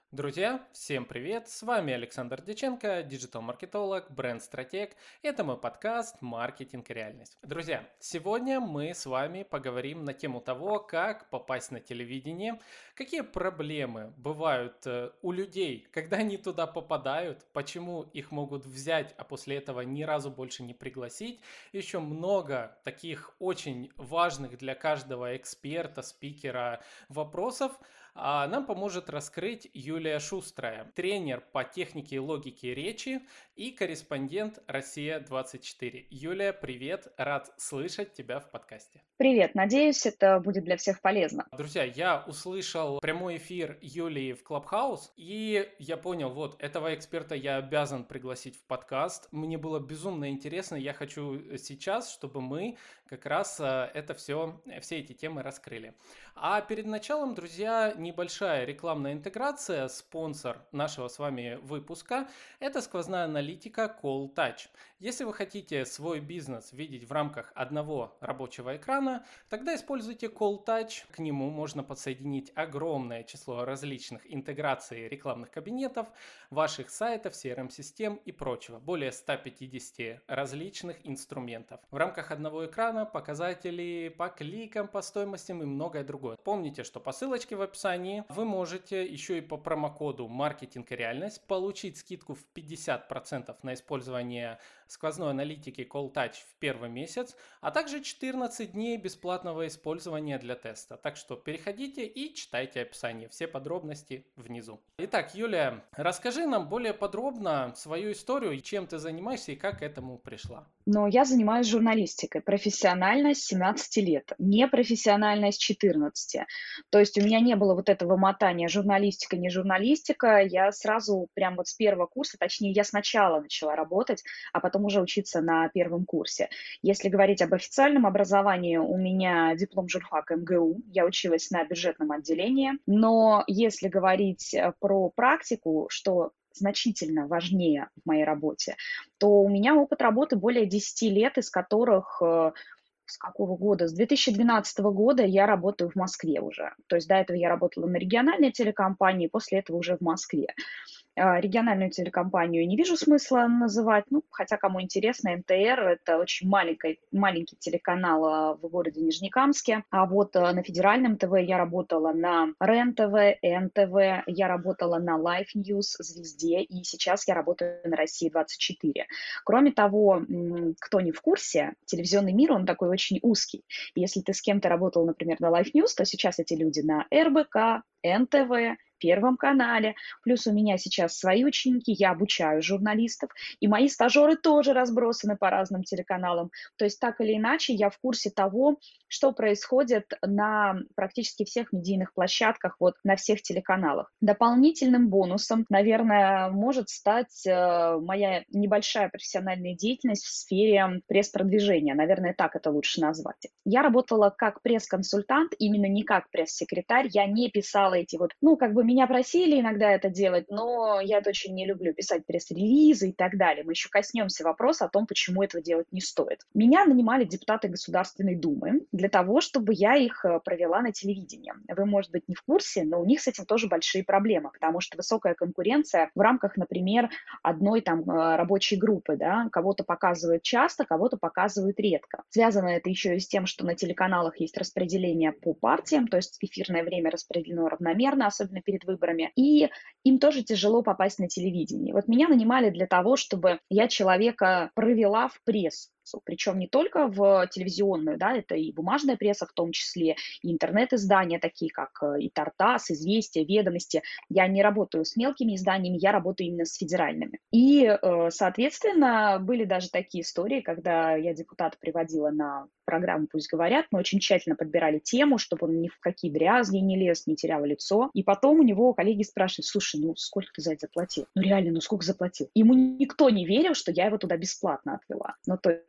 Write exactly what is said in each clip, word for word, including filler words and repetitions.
Друзья, всем привет! С вами Александр Дьяченко, диджитал-маркетолог, бренд-стратег. Это мой подкаст «Маркетинг и реальность». Друзья, сегодня мы с вами поговорим на тему того, как попасть на телевидение, какие проблемы бывают э, у людей, когда они туда попадают, почему их могут взять, а после этого ни разу больше не пригласить. Еще много таких очень важных для каждого эксперта, спикера вопросов, а нам поможет раскрыть Юлия Шустрая, тренер по технике и логике речи и корреспондент Россия двадцать четыре. Юлия, привет, рад слышать тебя в подкасте. Привет, надеюсь, это будет для всех полезно. Друзья, я услышал прямой эфир Юлии в Clubhouse, и я понял, вот, этого эксперта я обязан пригласить в подкаст. Мне было безумно интересно, я хочу сейчас, чтобы мы как раз э, это все, все эти темы раскрыли. А перед началом, друзья, небольшая рекламная интеграция. Спонсор нашего с вами выпуска – это сквозная аналитика Call Touch. Если вы хотите свой бизнес видеть в рамках одного рабочего экрана, тогда используйте Call Touch. К нему можно подсоединить огромное число различных интеграций рекламных кабинетов, ваших сайтов, си ар эм-систем и прочего. Более ста пятидесяти различных инструментов. В рамках одного экрана показатели по кликам, по стоимостям и многое другое. Помните, что по ссылочке в описании вы можете еще и по промокоду «Маркетинг и реальность» получить скидку в пятьдесят процентов на использование сквозной аналитики Call Touch в первый месяц, а также четырнадцать дней бесплатного использования для теста. Так что переходите и читайте описание. Все подробности внизу. Итак, Юлия, расскажи нам более подробно свою историю, чем ты занимаешься и как к этому пришла. Но я занимаюсь журналистикой профессионально с семнадцати лет, непрофессионально с четырнадцати. То есть у меня не было вот этого мотания журналистика, не журналистика. Я сразу, прям вот с первого курса, точнее, я сначала начала работать, а потом уже учиться на первом курсе. Если говорить об официальном образовании, у меня диплом журфака эм гэ у, я училась на бюджетном отделении. Но если говорить э, про практику, что значительно важнее в моей работе, то у меня опыт работы более десяти лет, из которых э, с какого года? С две тысячи двенадцатого года я работаю в Москве уже. То есть до этого я работала на региональной телекомпании, после этого уже в Москве. А, Региональную телекомпанию не вижу смысла называть, ну, хотя кому интересно, эн тэ эр – это очень маленький, маленький телеканал а, в городе Нижнекамске. А вот а, на федеральном ТВ я работала на РЕН-ТВ, эн тэ вэ, я работала на Life News, Звезде, и сейчас я работаю на России двадцать четыре. Кроме того, м, кто не в курсе, телевизионный мир, он такой очень узкий. Если ты с кем-то работал, например, на Life News, то сейчас эти люди на эр бэ ка, эн тэ вэ, Первом канале. Плюс у меня сейчас свои ученики, я обучаю журналистов, и мои стажеры тоже разбросаны по разным телеканалам. То есть так или иначе я в курсе того, что происходит на практически всех медийных площадках, вот на всех телеканалах. Дополнительным бонусом, наверное, может стать э, моя небольшая профессиональная деятельность в сфере пресс-продвижения. Наверное, так это лучше назвать. Я работала как пресс-консультант, именно не как пресс-секретарь. Я не писала эти вот, ну, как бы меня просили иногда это делать, но я это очень не люблю писать пресс-релизы и так далее. Мы еще коснемся вопроса о том, почему этого делать не стоит. Меня нанимали депутаты Государственной Думы для того, чтобы я их э, провела на телевидении. Вы, может быть, не в курсе, но у них с этим тоже большие проблемы, потому что высокая конкуренция в рамках, например, одной там э, рабочей группы, да, кого-то показывают часто, кого-то показывают редко. Связано это еще и с тем, что на телеканалах есть распределение по партиям, то есть эфирное время распределено равномерно, особенно перед выборами, и им тоже тяжело попасть на телевидение. Вот меня нанимали для того, чтобы я человека провела в прессу, причем не только в телевизионную, да, это и бумажная пресса в том числе, и интернет-издания, такие как э, и Тартас, Известия, Ведомости. Я не работаю с мелкими изданиями, я работаю именно с федеральными. И, э, соответственно, были даже такие истории, когда я депутата приводила на программу «Пусть говорят», мы очень тщательно подбирали тему, чтобы он ни в какие дрязги не лез, не терял лицо. И потом у него коллеги спрашивают: слушай, ну сколько ты за это заплатил? Ну реально, ну сколько заплатил? Ему никто не верил, что я его туда бесплатно отвела. Ну то есть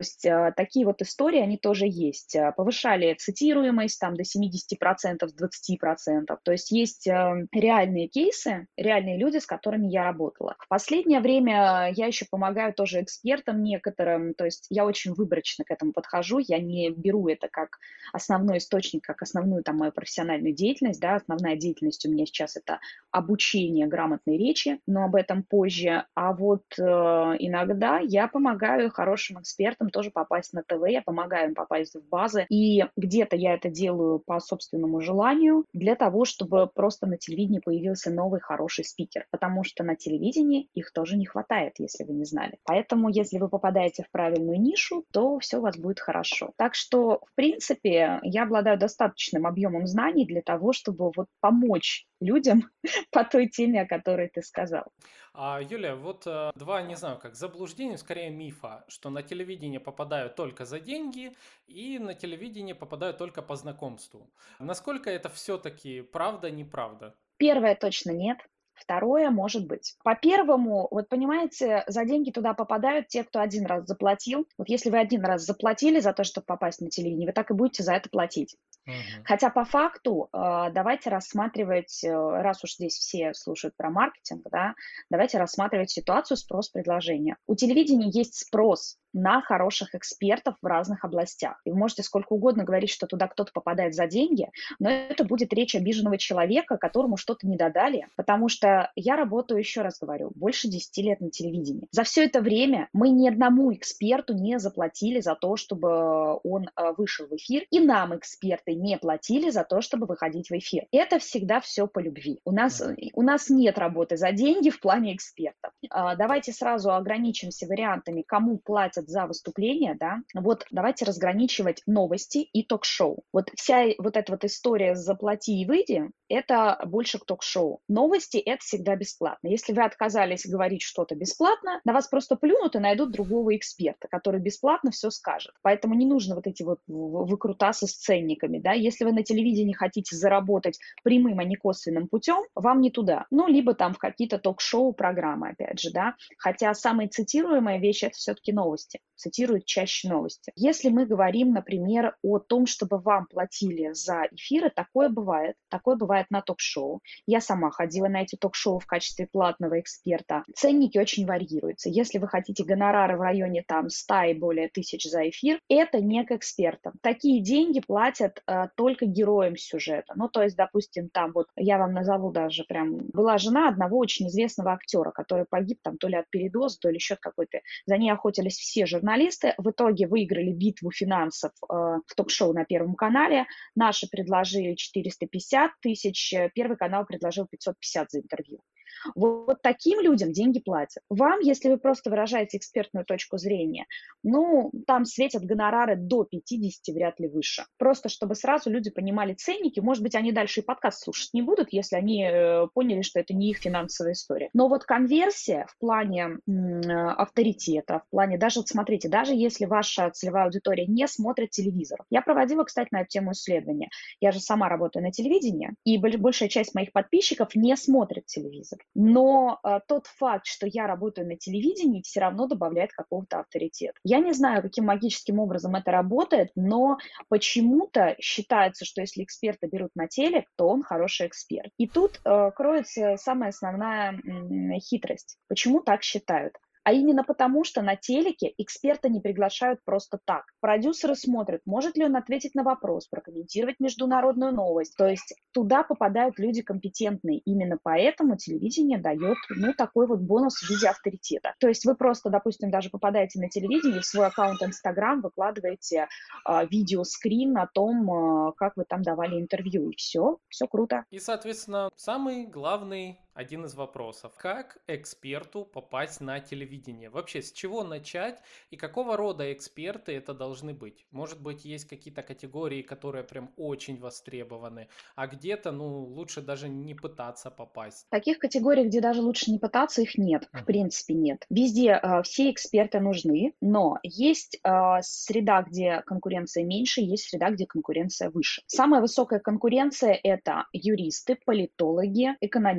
есть э, такие вот истории, они тоже есть. Э, Повышали цитируемость там до семьдесят процентов, с двадцати процентов. То есть есть э, реальные кейсы, реальные люди, с которыми я работала. В последнее время я еще помогаю тоже экспертам некоторым, то есть я очень выборочно к этому подхожу, я не беру это как основной источник, как основную там мою профессиональную деятельность, да, основная деятельность у меня сейчас это обучение грамотной речи, но об этом позже. А вот э, иногда я помогаю хорошим экспертам тоже попасть на ТВ, я помогаю им попасть в базы, и где-то я это делаю по собственному желанию для того, чтобы просто на телевидении появился новый хороший спикер, потому что на телевидении их тоже не хватает, если вы не знали. Поэтому, если вы попадаете в правильную нишу, то все у вас будет хорошо. Так что, в принципе, я обладаю достаточным объемом знаний для того, чтобы вот помочь людям по той теме, о которой ты сказал. А, Юлия, вот э, два, не знаю, как заблуждения, скорее мифа, что на телевидение попадают только за деньги и на телевидение попадают только по знакомству. Насколько это все-таки правда, неправда? Первое точно нет. Второе может быть. По первому, вот понимаете, за деньги туда попадают те, кто один раз заплатил. Вот если вы один раз заплатили за то, чтобы попасть на телевидение, вы так и будете за это платить. Мгм. Хотя по факту э, давайте рассматривать, э, раз уж здесь все слушают про маркетинг, да, давайте рассматривать ситуацию спрос-предложения. У телевидения есть спрос на хороших экспертов в разных областях. И вы можете сколько угодно говорить, что туда кто-то попадает за деньги, но это будет речь обиженного человека, которому что-то не додали, потому что я работаю, еще раз говорю, больше десяти лет на телевидении. За все это время мы ни одному эксперту не заплатили за то, чтобы он э, вышел в эфир, и нам эксперты не платили за то, чтобы выходить в эфир. Это всегда все по любви. У нас, Мгм. у нас нет работы за деньги в плане экспертов. А, давайте сразу ограничимся вариантами, кому платят за выступление, да. Вот давайте разграничивать новости и ток-шоу. Вот вся вот эта вот история «заплати и выйди» — это больше к ток-шоу. Новости — это всегда бесплатно. Если вы отказались говорить что-то бесплатно, на вас просто плюнут и найдут другого эксперта, который бесплатно все скажет. Поэтому не нужно вот эти вот выкрутасы с ценниками, да. Если вы на телевидении хотите заработать прямым, а не косвенным путем, вам не туда. Ну, либо там в какие-то ток-шоу программы, опять же, да. Хотя самые цитируемые вещи — это все-таки новости. Цитируют чаще новости. Если мы говорим, например, о том, чтобы вам платили за эфиры, такое бывает. Такое бывает на ток-шоу. Я сама ходила на эти ток-шоу в качестве платного эксперта. Ценники очень варьируются. Если вы хотите гонорары в районе там ста и более тысяч за эфир, это не к экспертам. Такие деньги платят э, только героям сюжета. Ну, то есть, допустим, там вот я вам назову даже прям, была жена одного очень известного актера, который погиб там то ли от передоза, то ли еще какой-то. За ней охотились все журналисты. В итоге выиграли битву финансов э, в ток-шоу на Первом канале. Наши предложили четыреста пятьдесят тысяч, Первый канал предложил пятьсот пятьдесят за интервью. Вот таким людям деньги платят. Вам, если вы просто выражаете экспертную точку зрения, ну, там светят гонорары до пятидесяти, вряд ли выше. Просто чтобы сразу люди понимали ценники, может быть, они дальше и подкаст слушать не будут, если они э, поняли, что это не их финансовая история. Но вот конверсия в плане м, авторитета, в плане, даже, вот смотрите, даже если ваша целевая аудитория не смотрит телевизор. Я проводила, кстати, на эту тему исследования. Я же сама работаю на телевидении, и большая часть моих подписчиков не смотрит телевизор. Но а, тот факт, что я работаю на телевидении, все равно добавляет какого-то авторитета. Я не знаю, каким магическим образом это работает, но почему-то считается, что если эксперта берут на телек, то он хороший эксперт. И тут э, кроется самая основная м, хитрость. Почему так считают? А именно потому, что на телеке эксперта не приглашают просто так. Продюсеры смотрят, может ли он ответить на вопрос, прокомментировать международную новость. То есть туда попадают люди компетентные. Именно поэтому телевидение дает, ну, такой вот бонус в виде авторитета. То есть вы просто, допустим, даже попадаете на телевидение, в свой аккаунт Инстаграм выкладываете э, видеоскрин о том, э, как вы там давали интервью. И все, все круто. И, соответственно, самый главный один из вопросов. Как эксперту попасть на телевидение? Вообще, с чего начать и какого рода эксперты это должны быть? Может быть, есть какие-то категории, которые прям очень востребованы, а где-то, ну, лучше даже не пытаться попасть. Таких категорий, где даже лучше не пытаться, их нет, в принципе нет. Везде э, все эксперты нужны, но есть э, среда, где конкуренция меньше, есть среда, где конкуренция выше. Самая высокая конкуренция — это юристы, политологи, экономисты.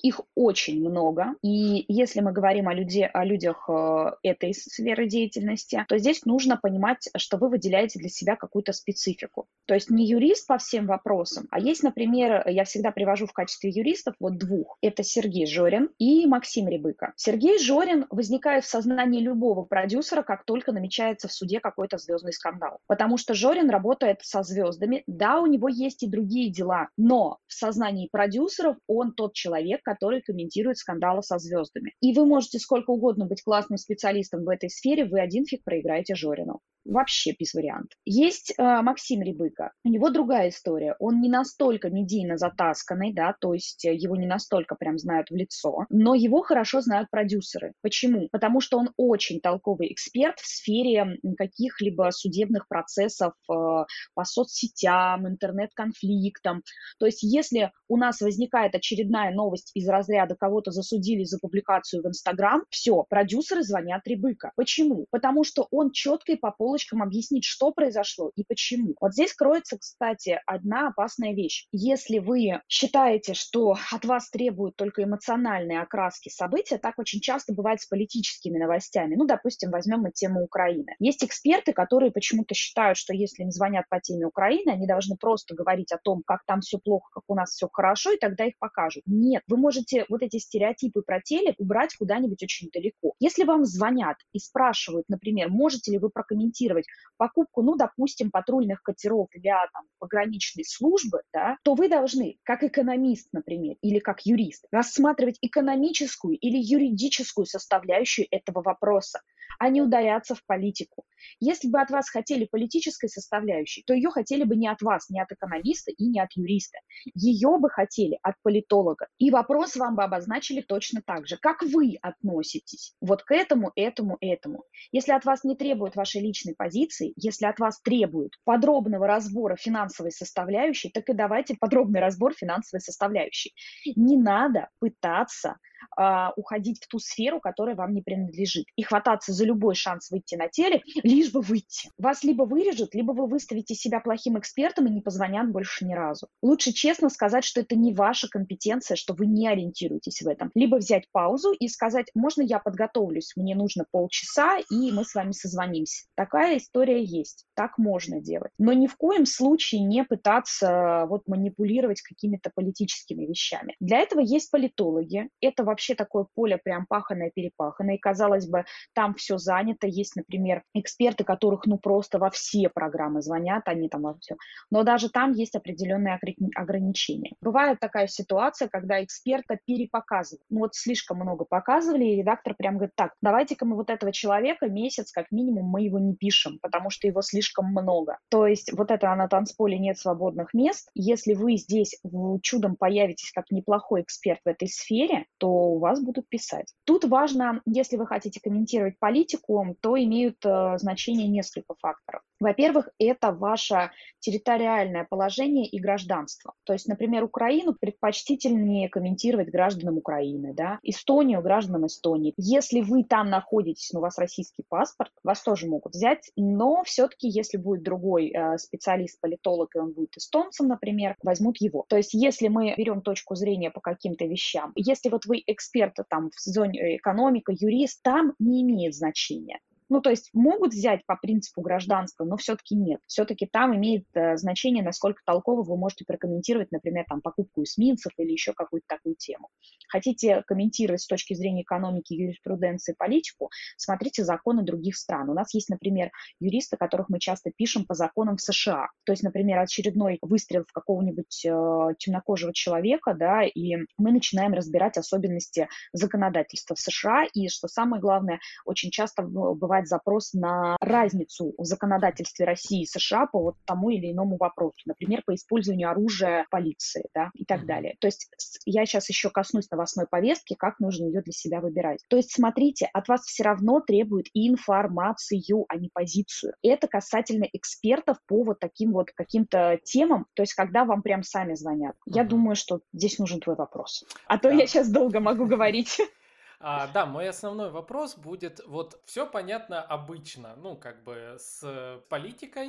их очень много, и если мы говорим о, люде, о людях э, этой сферы деятельности, то здесь нужно понимать, что вы выделяете для себя какую-то специфику. То есть не юрист по всем вопросам, а есть, например, я всегда привожу в качестве юристов вот двух. Это Сергей Жорин и Максим Рябыко. Сергей Жорин возникает в сознании любого продюсера, как только намечается в суде какой-то звездный скандал. Потому что Жорин работает со звездами. Да, у него есть и другие дела, но в сознании продюсеров он тот человек, который комментирует скандалы со звездами. И вы можете сколько угодно быть классным специалистом в этой сфере, вы один фиг проиграете Жорину. Вообще без вариантов. Есть э, Максим Рябыко. У него другая история. Он не настолько медийно затасканный, да, то есть его не настолько прям знают в лицо, но его хорошо знают продюсеры. Почему? Потому что он очень толковый эксперт в сфере каких-либо судебных процессов э, по соцсетям, интернет-конфликтам. То есть если у нас возникает очередная новость из разряда кого-то засудили за публикацию в Инстаграм, все, продюсеры звонят Рябыко. Почему? Потому что он четко и по полочкам объяснит, что произошло и почему. Вот здесь кроется, кстати, одна опасная вещь. Если вы считаете, что от вас требуют только эмоциональные окраски события, так очень часто бывает с политическими новостями. Ну, допустим, возьмем мы тему Украины. Есть эксперты, которые почему-то считают, что если им звонят по теме Украины, они должны просто говорить о том, как там все плохо, как у нас все хорошо, и тогда их покажут. Нет, вы можете вот эти стереотипы про телек убрать куда-нибудь очень далеко. Если вам звонят и спрашивают, например, можете ли вы прокомментировать покупку, ну, допустим, патрульных катеров для там, пограничной службы, да, то вы должны, как экономист, например, или как юрист, рассматривать экономическую или юридическую составляющую этого вопроса, а не ударяться в политику. Если бы от вас хотели политической составляющей, то ее хотели бы не от вас, не от экономиста и не от юриста. Ее бы хотели от политолога. И вопрос вам бы обозначили точно так же. Как вы относитесь вот к этому, этому, этому? Если от вас не требуют вашей личной позиции, если от вас требуют подробного разбора финансовой составляющей, так и давайте подробный разбор финансовой составляющей. Не надо пытаться э, уходить в ту сферу, которая вам не принадлежит, и хвататься за любой шанс выйти на телек, лишь бы выйти. Вас либо вырежут, либо вы выставите себя плохим экспертом и не позвонят больше ни разу. Лучше честно сказать, что это не ваша компетенция, что вы не ориентируетесь в этом. Либо взять паузу и сказать, можно я подготовлюсь, мне нужно полчаса, и мы с вами созвонимся. Такая история есть, так можно делать. Но ни в коем случае не пытаться вот манипулировать какими-то политическими вещами. Для этого есть политологи. Это вообще такое поле прям паханое-перепаханное. И, казалось бы, там все занято. Есть, например, эксперты, которых ну просто во все программы звонят, они там во все. Но даже там есть определенные ограничения. Бывает такая ситуация, когда эксперта перепоказывают. Ну вот слишком много показывали, и редактор прям говорит, так, давайте-ка мы вот этого человека месяц как минимум мы его не пишем, потому что его слишком много. То есть вот это на танцполе нет свободных мест. Если вы здесь чудом появитесь как неплохой эксперт в этой сфере, то у вас будут писать. Тут важно, если вы хотите комментировать политику, то имеют э, значение несколько факторов. Во-первых, это ваше территориальное положение и гражданство. То есть, например, Украину предпочтительнее комментировать гражданам Украины, да, Эстонию гражданам Эстонии. Если вы там находитесь, но у вас российский паспорт, вас тоже могут взять, но все-таки, если будет другой э, специалист-политолог, и он будет эстонцем, например, возьмут его. То есть, если мы берем точку зрения по каким-то вещам, если вот вы эксперт там в зоне экономика, юрист, там не имеет значения. Ну, то есть могут взять по принципу гражданства, но все-таки нет. Все-таки там имеет э, значение, насколько толково вы можете прокомментировать, например, там, покупку эсминцев или еще какую-то такую тему. Хотите комментировать с точки зрения экономики, юриспруденции, политику, смотрите законы других стран. У нас есть, например, юристы, которых мы часто пишем по законам в США. То есть, например, очередной выстрел в какого-нибудь э, темнокожего человека, да, и мы начинаем разбирать особенности законодательства в США. И, что самое главное, очень часто бывает запрос на разницу в законодательстве России и США по вот тому или иному вопросу, например, по использованию оружия полиции, да, и так далее. То есть я сейчас еще коснусь новостной повестки, как нужно ее для себя выбирать. То есть смотрите, от вас все равно требуют информацию, а не позицию. Это касательно экспертов по вот таким вот каким-то темам, то есть когда вам прям сами звонят. Я uh-huh. думаю, что здесь нужен твой вопрос. А то да. я сейчас долго могу говорить. А, да, мой основной вопрос будет, вот все понятно обычно, ну, как бы с политикой,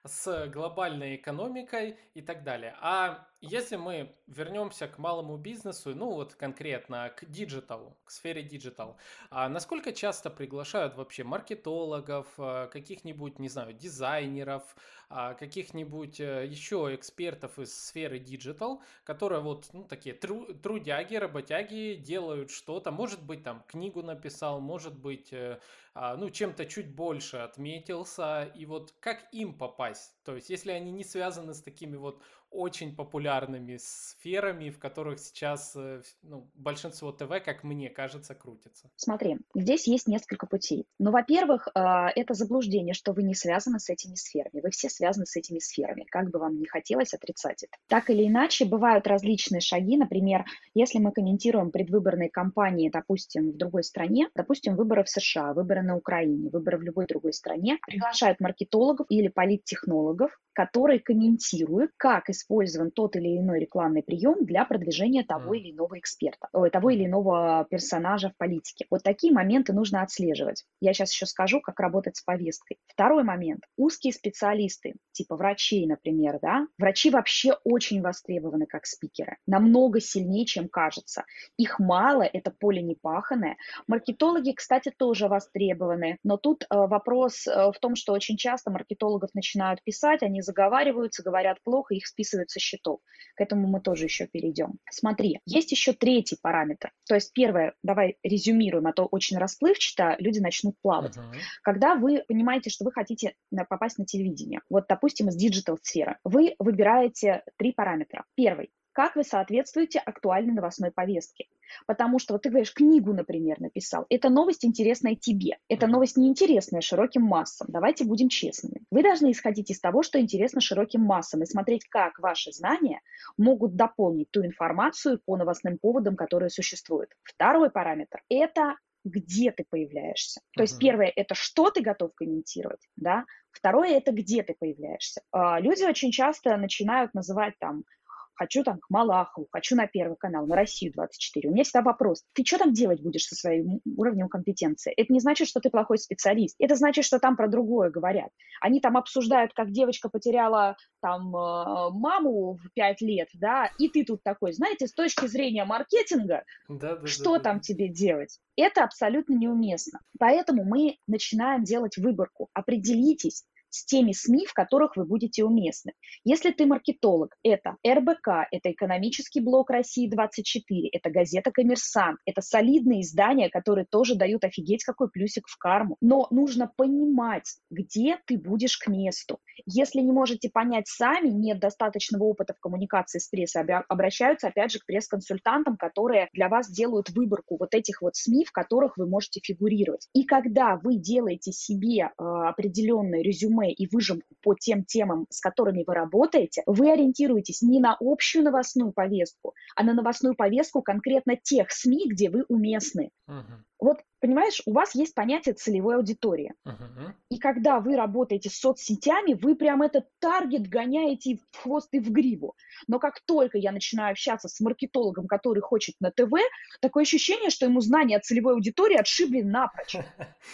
с глобальной экономикой и так далее. А если мы вернемся к малому бизнесу, ну вот конкретно к диджиталу, к сфере диджитал, а насколько часто приглашают вообще маркетологов, а, каких-нибудь, не знаю, дизайнеров, а, каких-нибудь э, еще экспертов из сферы диджитал, которые вот, ну, такие тру- трудяги, работяги, делают что-то, может быть, там книгу написал, может быть, э, а, ну, чем-то чуть больше отметился, и вот как им попасть? То есть, если они не связаны с такими вот очень популярными сферами, в которых сейчас, э, вс- ну, большинство ТВ, как мне кажется, крутится. Смотри, здесь есть несколько путей. Ну, во-первых, а, это заблуждение, что вы не связаны с этими сферами. Вы все связаны с этими сферами, как бы вам ни хотелось отрицать это. Так или иначе, бывают различные шаги. Например, если мы комментируем предвыборные кампании, допустим, в другой стране, допустим, выборы в США, выборы на Украине, выборы в любой другой стране, приглашают маркетологов или политтехнологов, которые комментируют, как использован тот или иной рекламный прием для продвижения того М, или иного эксперта, ой, того или мгм. иного персонажа в политике. Вот такие моменты нужно отслеживать. Я сейчас еще скажу, как работать с повесткой. Второй момент. Узкие специалисты, типа врачей, например, да, врачи вообще очень востребованы как спикеры, намного сильнее, чем кажется. Их мало, это поле непаханное. Маркетологи, кстати, тоже востребованы, но тут э, вопрос э, в том, что очень часто маркетологов начинают писать, они заговариваются, говорят плохо, их списывают со счетов. К этому мы тоже еще перейдем. Смотри, есть еще третий параметр. То есть первое, давай резюмируем, а то очень расплывчато люди начнут плавать. Мгм. Когда вы понимаете, что вы хотите на- попасть на телевидение, вот, допустим, из диджитал-сферы, вы выбираете три параметра. Первый. Как вы соответствуете актуальной новостной повестке? Потому что вот ты говоришь, книгу, например, написал. Это новость интересная тебе. Это Мгм. новость неинтересная широким массам. Давайте будем честными. Вы должны исходить из того, что интересно широким массам, и смотреть, как ваши знания могут дополнить ту информацию по новостным поводам, которые существуют. Второй параметр – это где ты появляешься. То есть Мгм. первое – это что ты готов комментировать, да? Второе – это где ты появляешься. А, Люди очень часто начинают называть там хочу там к Малахову, хочу на Первый канал, на Россию двадцать четыре. У меня всегда вопрос, ты что там делать будешь со своим уровнем компетенции? Это не значит, что ты плохой специалист, это значит, что там про другое говорят. Они там обсуждают, как девочка потеряла там э, маму в пять лет, да, и ты тут такой, знаете, с точки зрения маркетинга, Да, да, да, что да, там да. тебе делать? Это абсолютно неуместно. Поэтому мы начинаем делать выборку. Определитесь с теми СМИ, в которых вы будете уместны. Если ты маркетолог, это эр бэ ка, это экономический блок России двадцать четыре, это газета «Коммерсант», это солидные издания, которые тоже дают офигеть какой плюсик в карму. Но нужно понимать, где ты будешь к месту. Если не можете понять сами, нет достаточного опыта в коммуникации с прессой, обращаются опять же к пресс-консультантам, которые для вас делают выборку вот этих вот СМИ, в которых вы можете фигурировать. И когда вы делаете себе э, определенное резюме и выжимку по тем темам, с которыми вы работаете, вы ориентируетесь не на общую новостную повестку, а на новостную повестку конкретно тех СМИ, где вы уместны. Мгм. Вот, понимаешь, у вас есть понятие целевой аудитории. Мгм. И когда вы работаете с соцсетями, вы прям этот таргет гоняете в хвост и в гриву. Но как только я начинаю общаться с маркетологом, который хочет на ТВ, такое ощущение, что ему знания о целевой аудитории отшибли напрочь.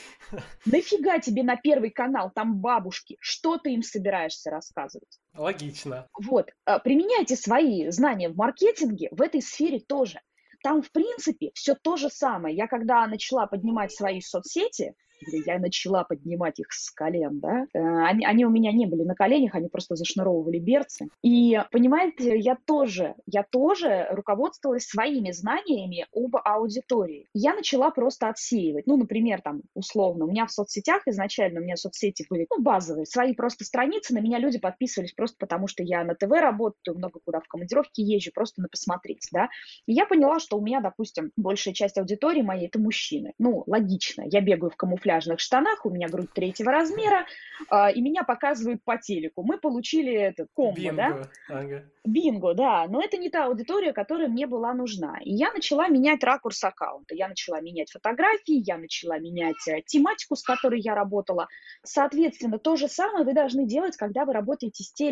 Нафига тебе на Первый канал, там бабушки? Что ты им собираешься рассказывать? Логично. Вот, а, применяйте свои знания в маркетинге в этой сфере тоже. Там, в принципе, все то же самое. Я когда начала поднимать свои соцсети, или я начала поднимать их с колен, да, э, они, они у меня не были на коленях, они просто зашнуровывали берцы. И, понимаете, я тоже, я тоже руководствовалась своими знаниями об аудитории. Я начала просто отсеивать. Ну, например, там, условно, у меня в соцсетях изначально, у меня соцсети были, ну, базовые, свои просто страницы, на меня люди подписывались просто потому, что я на ТВ работаю, много куда в командировке езжу, просто на посмотреть, да. И я поняла, что у меня, допустим, большая часть аудитории моей – это мужчины. Ну, логично. Я бегаю в камуфляжных штанах, у меня грудь третьего размера, а, и меня показывают по телеку. Мы получили этот комбо, да, Бинго. Ага. бинго, да, но это не та аудитория, которая мне была нужна. И я начала менять ракурс аккаунта, я начала менять фотографии, я начала менять э, тематику, с которой я работала. Соответственно, то же самое вы должны делать, когда вы работаете с телеком.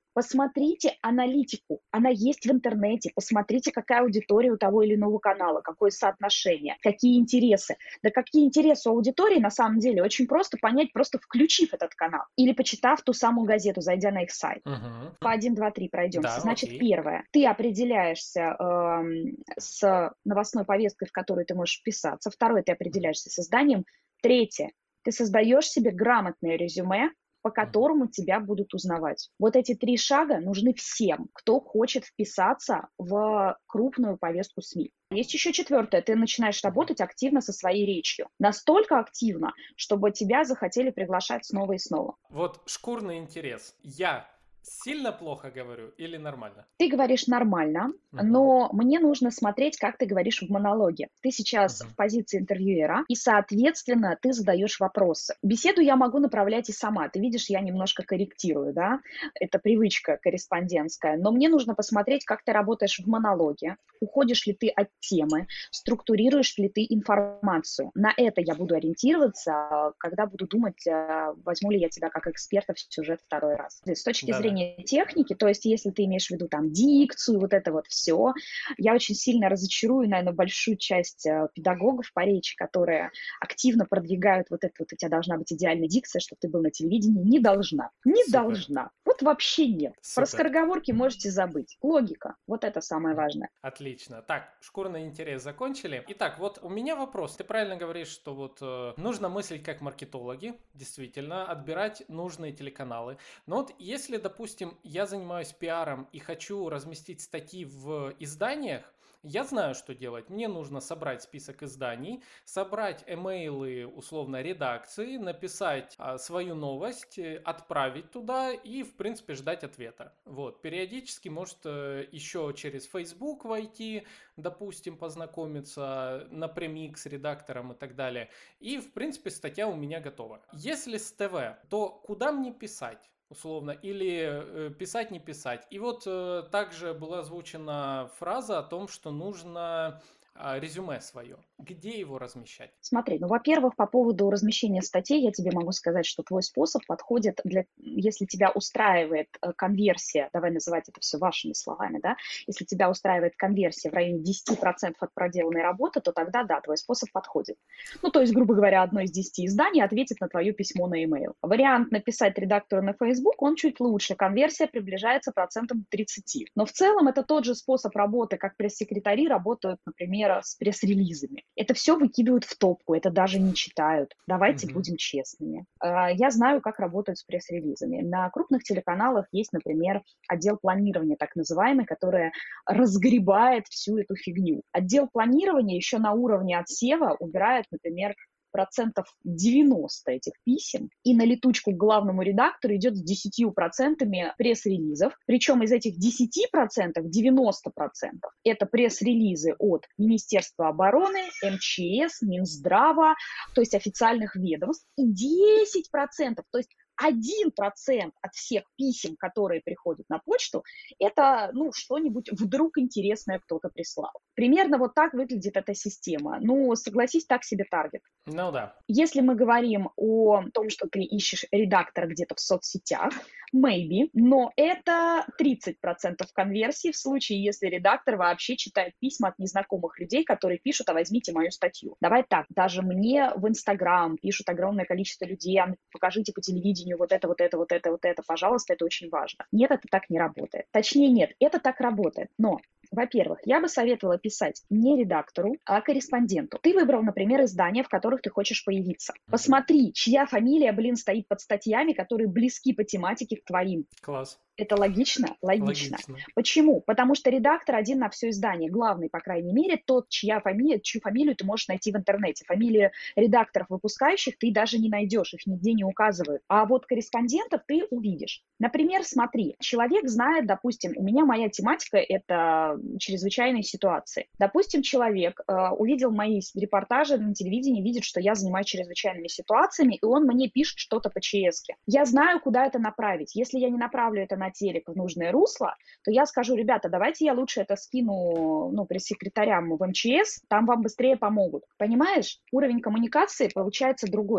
Посмотрите аналитику, она есть в интернете, посмотрите, какая аудитория у того или иного канала, какое соотношение, какие интересы. Да какие интересы у аудитории на самом деле очень просто понять, просто включив этот канал или почитав ту самую газету, зайдя на их сайт. Мгм. По один, два, три пройдемся. Да, Значит, окей. первое, ты определяешься эм, с новостной повесткой, в которую ты можешь вписаться. Второе, ты Мгм. определяешься с изданием. Третье, ты создаешь себе грамотное резюме, по Мгм. которому тебя будут узнавать. Вот эти три шага нужны всем, кто хочет вписаться в крупную повестку СМИ. Есть еще четвертое. Ты начинаешь Мгм. работать активно со своей речью. Настолько активно, чтобы тебя захотели приглашать снова и снова. Вот шкурный интерес. Я сильно плохо говорю или нормально? Ты говоришь нормально, Мгм. но мне нужно смотреть, как ты говоришь в монологе. Ты сейчас в Мгм. позиции интервьюера, и, соответственно, ты задаешь вопросы. Беседу я могу направлять и сама. Ты видишь, я немножко корректирую, да? Это привычка корреспондентская. Но мне нужно посмотреть, как ты работаешь в монологе, уходишь ли ты от темы, структурируешь ли ты информацию. На это я буду ориентироваться, когда буду думать, э, возьму ли я тебя как эксперта в сюжет второй раз. С точки Да-да. зрения техники, то есть если ты имеешь в виду там дикцию, вот это вот все, я очень сильно разочарую, наверное, большую часть э, педагогов по речи, которые активно продвигают вот это вот, у тебя должна быть идеальная дикция, чтобы ты был на телевидении. Не должна. Не Супер. должна. Вот вообще нет. Про Супер. скороговорки можете забыть. Логика. Вот это самое важное. Отлично. Так, шкурный интерес закончили. Итак, вот у меня вопрос. Ты правильно говоришь, что вот э, нужно мыслить как маркетологи, действительно, отбирать нужные телеканалы. Но вот если, допустим, я занимаюсь пиаром и хочу разместить статьи в изданиях, я знаю, что делать. Мне нужно собрать список изданий, собрать имейлы, условно, редакции, написать а, свою новость, э, отправить туда и, в принципе, ждать ответа. Вот. Периодически, может, э, еще через Facebook войти, допустим, познакомиться напрямик с редактором и так далее. И, в принципе, статья у меня готова. Если с ТВ, то куда мне писать? Условно, или э, писать, не писать. И вот э, также была озвучена фраза о том, что нужно э, резюме свое. Где его размещать? Смотри, ну, во-первых, по поводу размещения статей я тебе могу сказать, что твой способ подходит для, если тебя устраивает э, конверсия, давай называть это все вашими словами, да, если тебя устраивает конверсия в районе десять процентов от проделанной работы, то тогда, да, твой способ подходит. Ну, то есть, грубо говоря, одно из десяти изданий ответит на твое письмо на e-mail. Вариант написать редактору на Facebook, он чуть лучше, конверсия приближается процентам к тридцати. Но в целом это тот же способ работы, как пресс-секретари работают, например, с пресс-релизами. Это все выкидывают в топку, это даже не читают. Давайте Мгм. будем честными. А, Я знаю, как работают с пресс-релизами. На крупных телеканалах есть, например, отдел планирования, так называемый, который разгребает всю эту фигню. Отдел планирования еще на уровне отсева убирает, например, процентов девяносто этих писем, и на летучку к главному редактору идет с десятью процентами пресс-релизов. Причем из этих десяти процентов девяносто процентов это пресс-релизы от Министерства обороны, эм че эс, Минздрава, то есть официальных ведомств, и десять процентов, то есть один процент от всех писем, которые приходят на почту, это, ну, что-нибудь вдруг интересное кто-то прислал. Примерно вот так выглядит эта система. Ну, согласись, так себе таргет. Ну да. Если мы говорим о том, что ты ищешь редактора где-то в соцсетях, maybe, но это тридцать процентов конверсии в случае, если редактор вообще читает письма от незнакомых людей, которые пишут: а возьмите мою статью. Давай так, даже мне в Инстаграм пишут огромное количество людей: а покажите по телевидению вот это, вот это, вот это, вот это, пожалуйста, это очень важно. Нет, это так не работает. Точнее, нет, это так работает, но во-первых, я бы советовала писать не редактору, а корреспонденту. Ты выбрал, например, издания, в которых ты хочешь появиться. Мгм. Посмотри, чья фамилия, блин, стоит под статьями, которые близки по тематике к твоим. Класс. Это логично? Логично. Логично. Почему? Потому что редактор один на все издание. Главный, по крайней мере, тот, чья фамилия, чью фамилию ты можешь найти в интернете. Фамилии редакторов выпускающих ты даже не найдешь, их нигде не указывают. А вот корреспондентов ты увидишь. Например, смотри, человек знает, допустим, у меня моя тематика – это чрезвычайные ситуации. Допустим, человек э, увидел мои репортажи на телевидении, видит, что я занимаюсь чрезвычайными ситуациями, и он мне пишет что-то по ЧСке. Я знаю, куда это направить. Если я не направлю это на телек в нужное русло, то я скажу: ребята, давайте я лучше это скину, ну, пресс-секретарям в эм че эс, там вам быстрее помогут. Понимаешь? Уровень коммуникации получается другой. Ты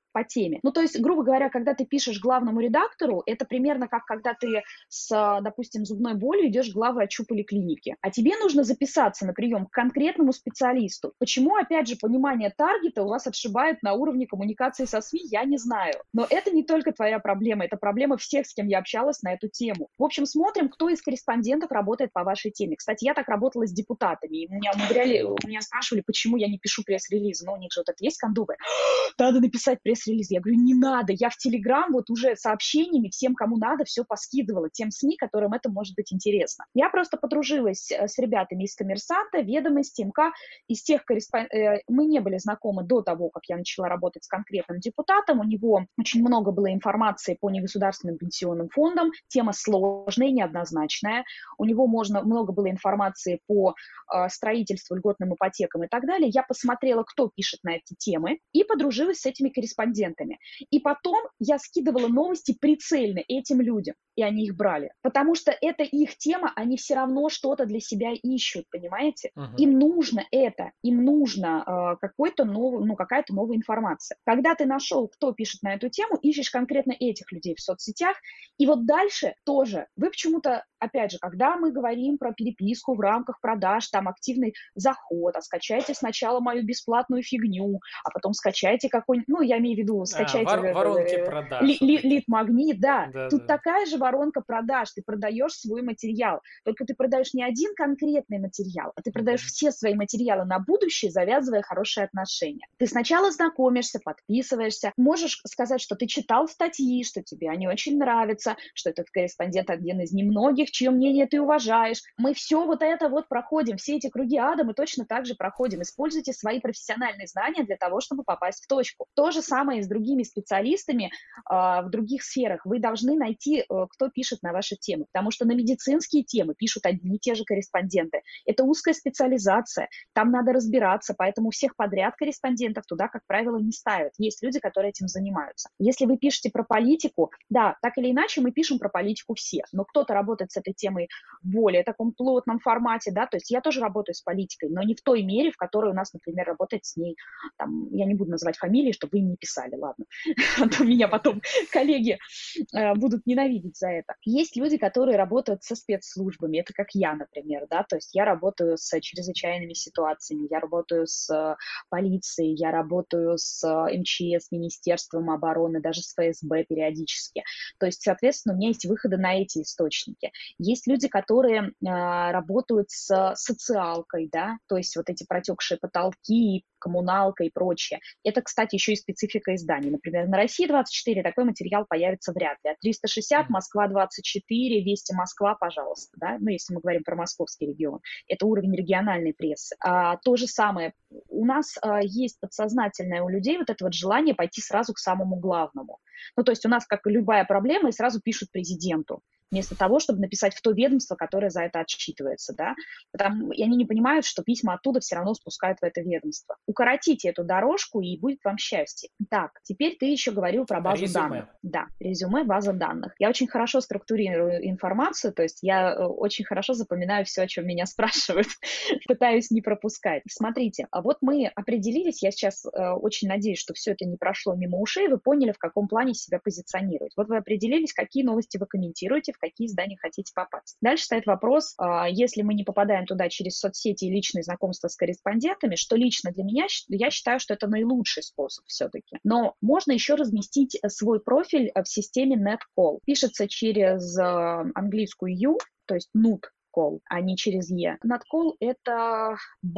по теме. Ну, то есть, грубо говоря, когда ты пишешь главному редактору, это примерно как когда ты с, допустим, зубной болью идешь к главврачу поликлиники, а тебе нужно записаться на прием к конкретному специалисту. Почему, опять же, понимание таргета у вас отшибает на уровне коммуникации со СМИ, я не знаю. Но это не только твоя проблема, это проблема всех, с кем я общалась на эту тему. В общем, смотрим, кто из корреспондентов работает по вашей теме. Кстати, я так работала с депутатами, и меня умудряли, у меня спрашивали, почему я не пишу пресс-релизы. Ну, у них же вот это есть кондовы. Надо написать пресс-релиз. Я говорю, не надо. Я в Телеграм вот уже сообщениями всем, кому надо, все поскидывала, тем СМИ, которым это может быть интересно. Я просто подружилась с ребятами из «Коммерсанта», «Ведомости», МК, из тех корреспондентов. Мы не были знакомы до того, как я начала работать с конкретным депутатом. У него очень много было информации по негосударственным пенсионным фондам. Тема сложная, неоднозначная. У него можно, много было информации по э, строительству, льготным ипотекам и так далее. Я посмотрела, кто пишет на эти темы, и подружилась с этими корреспондентами. И потом я скидывала новости прицельно этим людям, и они их брали. Потому что это их тема, они все равно что-то для себя ищут, понимаете? Uh-huh. Им нужно это, им нужно э, какой-то новый, ну, какая-то новая информация. Когда ты нашел, кто пишет на эту тему, ищешь конкретно этих людей в соцсетях, и вот дальше тоже. Вы почему-то, опять же, когда мы говорим про переписку в рамках продаж, там активный заход, а скачайте сначала мою бесплатную фигню, а потом скачайте какой-нибудь, ну, я имею в виду, скачайте... А, вор- воронки продаж. Ли- ли- лид-магнит, да. да. Тут да. такая же воронка продаж. Ты продаешь свой материал. Только ты продаешь не один конкретный материал, а ты продаешь mm-hmm. все свои материалы на будущее, завязывая хорошие отношения. Ты сначала знакомишься, подписываешься, можешь сказать, что ты читал статьи, что тебе они очень нравятся, что этот корреспондент один из немногих, чье мнение ты уважаешь. Мы все вот это вот проходим, все эти круги ада мы точно так же проходим. Используйте свои профессиональные знания для того, чтобы попасть в точку. То же самое и с другими специалистами э, в других сферах. Вы должны найти, э, кто пишет на ваши темы, потому что на медицинские темы пишут одни и те же корреспонденты. Это узкая специализация, там надо разбираться, поэтому всех подряд корреспондентов туда, как правило, не ставят. Есть люди, которые этим занимаются. Если вы пишете про политику, да, так или иначе мы пишем про политику все, но кто-то работает с этой темой в более таком плотном формате, да, то есть я тоже работаю с политикой, но не в той мере, в которой у нас, например, работает с ней, там, я не буду называть фамилии, чтобы вы не писали, ладно, а то меня потом коллеги э, будут ненавидеть за это. Есть люди, которые работают со спецслужбами, это как я, например, да, то есть я работаю с чрезвычайными ситуациями, я работаю с полицией, я работаю с МЧС, Министерством обороны, даже с ФСБ периодически. То есть, соответственно, у меня есть выходы на эти источники. Есть люди, которые э, работают с социалкой, да, то есть вот эти протекшие потолки, коммуналка и прочее. Это, кстати, еще и специфика изданий. Например, на России двадцать четыре такой материал появится вряд ли. А триста шестьдесят, Москва двадцать четыре, Вести Москва, пожалуйста, да, ну, если мы говорим про московский регион. Это уровень региональной прессы. А, то же самое. У нас а, есть подсознательное у людей вот это вот желание пойти сразу к самому главному. Ну, то есть у нас, как и любая проблема, и сразу пишут президенту, вместо того, чтобы написать в то ведомство, которое за это отчитывается, да, Потому, и они не понимают, что письма оттуда все равно спускают в это ведомство. Укоротите эту дорожку, и будет вам счастье. Так, теперь ты еще говорил про базу резюме. данных. Да, резюме, база данных. Я очень хорошо структурирую информацию, то есть я очень хорошо запоминаю все, о чем меня спрашивают, пытаюсь не пропускать. Смотрите, а вот мы определились, я сейчас э, очень надеюсь, что все это не прошло мимо ушей, вы поняли, в каком плане себя позиционировать. Вот вы определились, какие новости вы комментируете, в какие издания хотите попасть. Дальше стоит вопрос, если мы не попадаем туда через соцсети и личные знакомства с корреспондентами, что лично для меня, я считаю, что это наилучший способ все-таки. Но можно еще разместить свой профиль в системе NetCall. Пишется через английскую U, то есть NutCall, а не через E. NetCall — это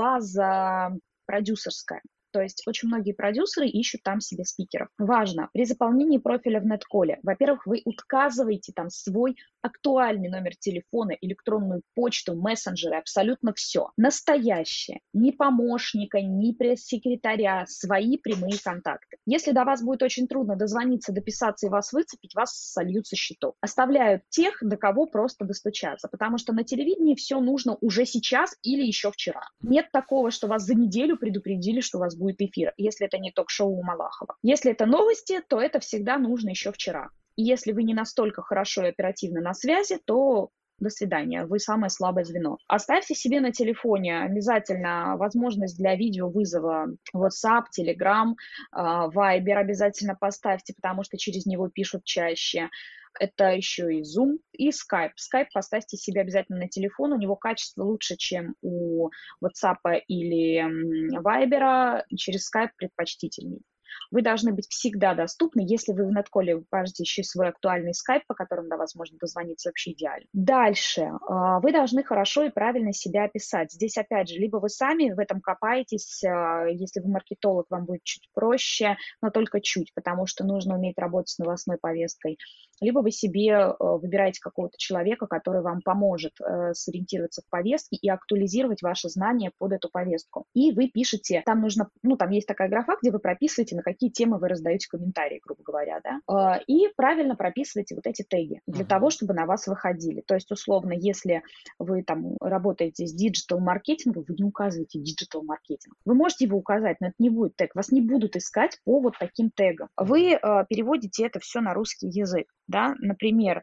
база продюсерская. То есть очень многие продюсеры ищут там себе спикеров. Важно, при заполнении профиля в NetCall, во-первых, вы указываете там свой актуальный номер телефона, электронную почту, мессенджеры, абсолютно все. Настоящее. Ни помощника, ни пресс-секретаря, свои прямые контакты. Если до вас будет очень трудно дозвониться, дописаться и вас выцепить, вас сольют со счетов. Оставляют тех, до кого просто достучаться, потому что на телевидении все нужно уже сейчас или еще вчера. Нет такого, что вас за неделю предупредили, что у вас будет эфир, если это не ток-шоу у Малахова. Если это новости, то это всегда нужно еще вчера. И если вы не настолько хорошо и оперативно на связи, то до свидания, вы самое слабое звено. Оставьте себе на телефоне обязательно возможность для видеовызова WhatsApp, Telegram, Viber обязательно поставьте, потому что через него пишут чаще. Это еще и Zoom, и Skype. Skype поставьте себе обязательно на телефон, у него качество лучше, чем у WhatsApp или Viber, через Skype предпочтительней. Вы должны быть всегда доступны. Если вы в Нетколе укажете еще свой актуальный скайп, по которому до вас можно дозвониться, вообще идеально. Дальше. Вы должны хорошо и правильно себя описать. Здесь, опять же, либо вы сами в этом копаетесь, если вы маркетолог, вам будет чуть проще, но только чуть, потому что нужно уметь работать с новостной повесткой. Либо вы себе выбираете какого-то человека, который вам поможет сориентироваться в повестке и актуализировать ваши знания под эту повестку. И вы пишете, там нужно, ну, там есть такая графа, где вы прописываете, на какие темы вы раздаете комментарии, грубо говоря, да, и правильно прописываете вот эти теги для uh-huh. того, чтобы на вас выходили. То есть, условно, если вы там работаете с диджитал-маркетингом, вы не указываете диджитал-маркетинг. Вы можете его указать, но это не будет тег. Вас не будут искать по вот таким тегам. Вы э, переводите это все на русский язык, да, например,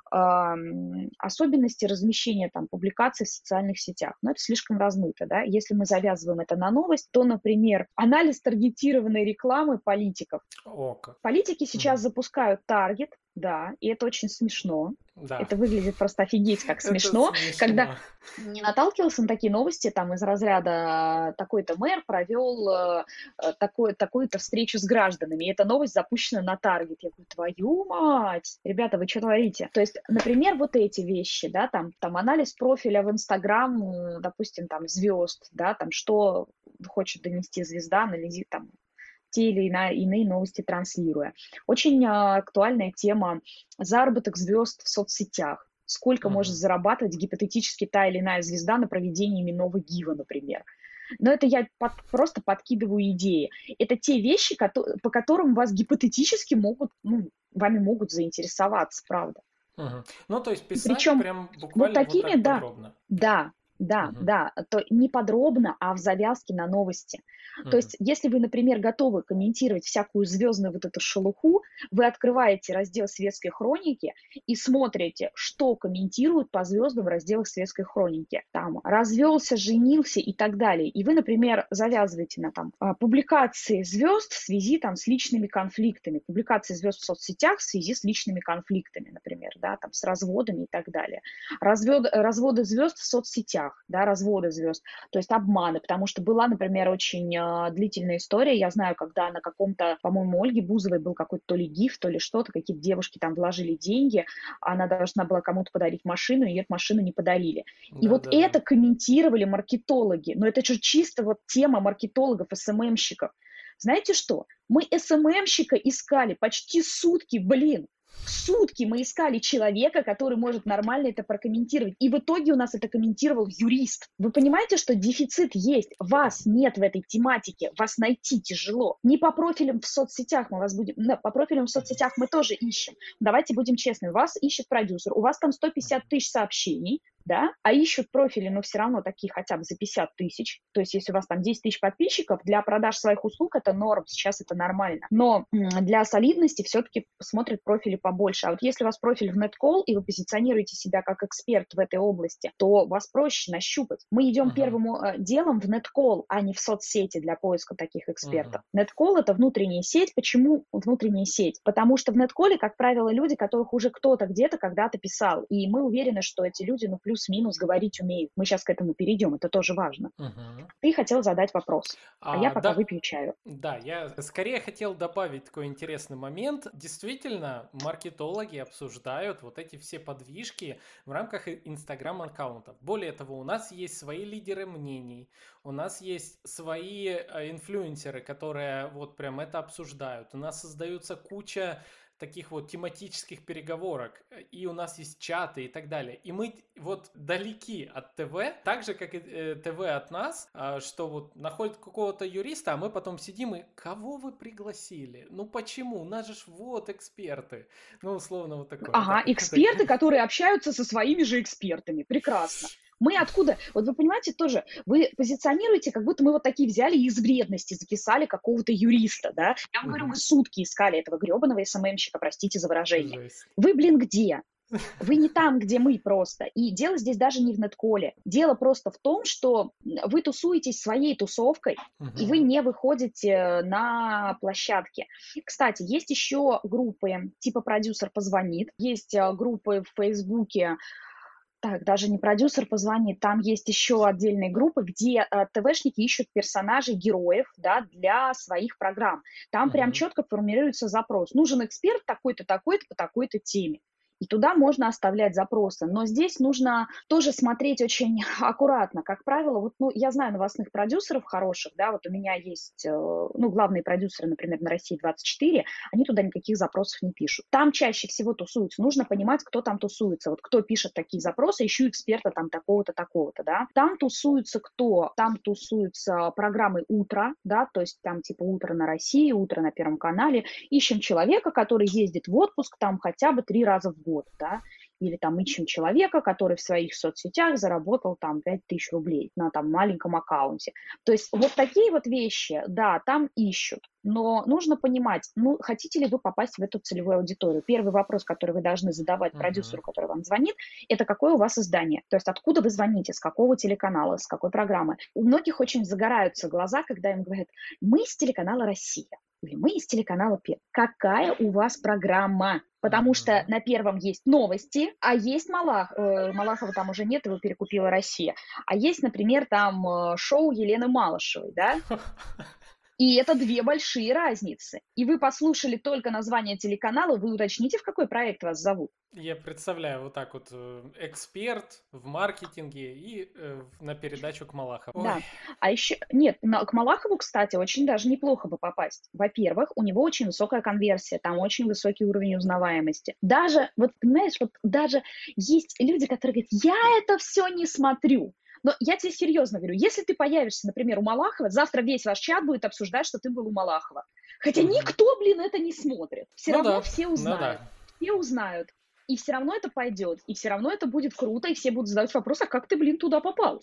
особенности размещения там, публикаций в социальных сетях. Но это слишком размыто. Да? Если мы завязываем это на новость, то, например, анализ таргетированной рекламы политиков. О, как. Политики сейчас mm. запускают таргет, да, и это очень смешно. Да. Это выглядит просто офигеть как смешно, смешно, когда не наталкивался на такие новости, там из разряда такой-то мэр провел э, такой, такую-то встречу с гражданами, и эта новость запущена на таргет. Я говорю, твою мать, ребята, вы что творите? То есть, например, вот эти вещи, да, там, там анализ профиля в Инстаграм, допустим, там звезд, да, там что хочет донести звезда, анализирует там те или иные новости транслируя. Очень актуальная тема заработок звезд в соцсетях. Сколько uh-huh. может зарабатывать гипотетически та или иная звезда на проведении именного гива, например. Но это я под, просто подкидываю идеи. Это те вещи, которые, по которым вас гипотетически могут, ну, вами могут заинтересоваться, правда. Uh-huh. Ну, то есть писать Причем прям буквально вот такими, вот так да, подробно. Да, да, uh-huh. да, то не подробно, а в завязке на новости. Uh-huh. То есть, если вы, например, готовы комментировать всякую звездную вот эту шелуху, вы открываете раздел «Светской хроники» и смотрите, что комментируют по звездам в разделах «Светской хроники». Там развелся, женился и так далее. И вы, например, завязываете на там публикации звезд в связи там с личными конфликтами, публикации звезд в соцсетях в связи с личными конфликтами, например, да, там с разводами и так далее. Развод, разводы звезд в соцсетях, да, разводы звезд, то есть обманы, потому что была, например, очень э, длительная история, я знаю, когда на каком-то, по-моему, Ольге Бузовой был какой-то то ли гиф, то ли что-то, какие-то девушки там вложили деньги, она должна была кому-то подарить машину, и эту машину не подарили. И да, вот да, это да. комментировали маркетологи, но это же чисто вот тема маркетологов, эс эм эм-щиков. Знаете что? Мы эс эм эм-щика искали почти сутки, блин. В сутки мы искали человека, который может нормально это прокомментировать. И в итоге у нас это комментировал юрист. Вы понимаете, что дефицит есть? Вас нет в этой тематике. Вас найти тяжело. Не по профилям в соцсетях мы вас будем... Да, по профилям в соцсетях мы тоже ищем. Давайте будем честны. Вас ищет продюсер. У вас там сто пятьдесят тысяч сообщений. Да, а ищут профили, но все равно такие хотя бы за пятьдесят тысяч. То есть, если у вас там десять тысяч подписчиков, для продаж своих услуг это норм, сейчас это нормально. Но для солидности все-таки смотрят профили побольше. А вот если у вас профиль в Неткол, и вы позиционируете себя как эксперт в этой области, то вас проще нащупать. Мы идем uh-huh. первым делом в Неткол, а не в соцсети для поиска таких экспертов. Неткол uh-huh. это внутренняя сеть. Почему внутренняя сеть? Потому что в Нетколе, как правило, люди, которых уже кто-то где-то когда-то писал. И мы уверены, что эти люди, ну, плюс-минус говорить умеют. Мы сейчас к этому перейдем, это тоже важно. Угу. Ты хотел задать вопрос, а, а я пока да, выпью чаю. Да, я скорее хотел добавить такой интересный момент. Действительно, маркетологи обсуждают вот эти все подвижки в рамках инстаграм-аккаунтов. Более того, у нас есть свои лидеры мнений, у нас есть свои инфлюенсеры, которые вот прям это обсуждают. У нас создаются куча таких вот тематических переговорок, и у нас есть чаты и так далее. И мы вот далеки от ТВ, так же, как и э, ТВ от нас, э, что вот находит какого-то юриста, а мы потом сидим и кого вы пригласили? Ну почему? У нас же вот эксперты. Ну, условно, вот такое. Ага, это, эксперты, это... которые общаются со своими же экспертами. Прекрасно. Мы откуда? Вот вы понимаете тоже, вы позиционируете, как будто мы вот такие взяли и из вредности записали какого-то юриста, да? Я вам говорю, мы сутки искали этого гребаного эс эм эм-щика, простите за выражение. Жесть. Вы, блин, где? Вы не там, где мы просто. И дело здесь даже не в нетколе. Дело просто в том, что вы тусуетесь своей тусовкой, и вы Мгм. не выходите на площадки. Кстати, есть еще группы типа «Продюсер позвонит», есть э, группы в Фейсбуке, так, даже не «Продюсер позвонит», там есть еще отдельные группы, где э, ТВшники ищут персонажей, героев, да, для своих программ. Там прям Мгм. четко формируется запрос. Нужен эксперт такой-то, такой-то по такой-то теме. И туда можно оставлять запросы. Но здесь нужно тоже смотреть очень аккуратно. Как правило, вот, ну, я знаю новостных продюсеров хороших, да, вот у меня есть, э, ну, главные продюсеры, например, на России двадцать четыре, они туда никаких запросов не пишут. Там чаще всего тусуются. Нужно понимать, кто там тусуется. Вот кто пишет такие запросы, ищу эксперта там такого-то, такого-то, да. Там тусуются кто? Там тусуются программы «Утро», да, то есть там типа «Утро на России», «Утро на Первом канале». Ищем человека, который ездит в отпуск там хотя бы три раза в год, да, или там ищем человека, который в своих соцсетях заработал там пять тысяч рублей на там маленьком аккаунте. То есть вот такие вот вещи, да, там ищут. Но нужно понимать, ну, хотите ли вы попасть в эту целевую аудиторию. Первый вопрос, который вы должны задавать Мгм. продюсеру, который вам звонит, это какое у вас издание. То есть откуда вы звоните, с какого телеканала, с какой программы. У многих очень загораются глаза, когда им говорят, мы с телеканала «Россия». Или мы из телеканала Первый. Какая у вас программа? Потому что Мгм. на Первом есть новости, а есть Малах, э, Малахова там уже нет, его перекупила Россия. А есть, например, там э, шоу Елены Малышевой, да? И это две большие разницы. И вы послушали только название телеканала, вы уточните, в какой проект вас зовут. Я представляю вот так вот э, эксперт в маркетинге и э, в- на передачу к Малахову. Ой, Да, а еще, нет, на- к Малахову, кстати, очень даже неплохо бы попасть. Во-первых, у него очень высокая конверсия, там очень высокий уровень узнаваемости. Даже, вот понимаешь, вот даже есть люди, которые говорят, я это все не смотрю. Но я тебе серьезно говорю, если ты появишься, например, у Малахова, завтра весь ваш чат будет обсуждать, что ты был у Малахова. Хотя мгм. никто, блин, это не смотрит. Все Ну равно да, все ну узнают. да. Все узнают. И все равно это пойдет. И все равно это будет круто. И все будут задавать вопрос, а как ты, блин, туда попал?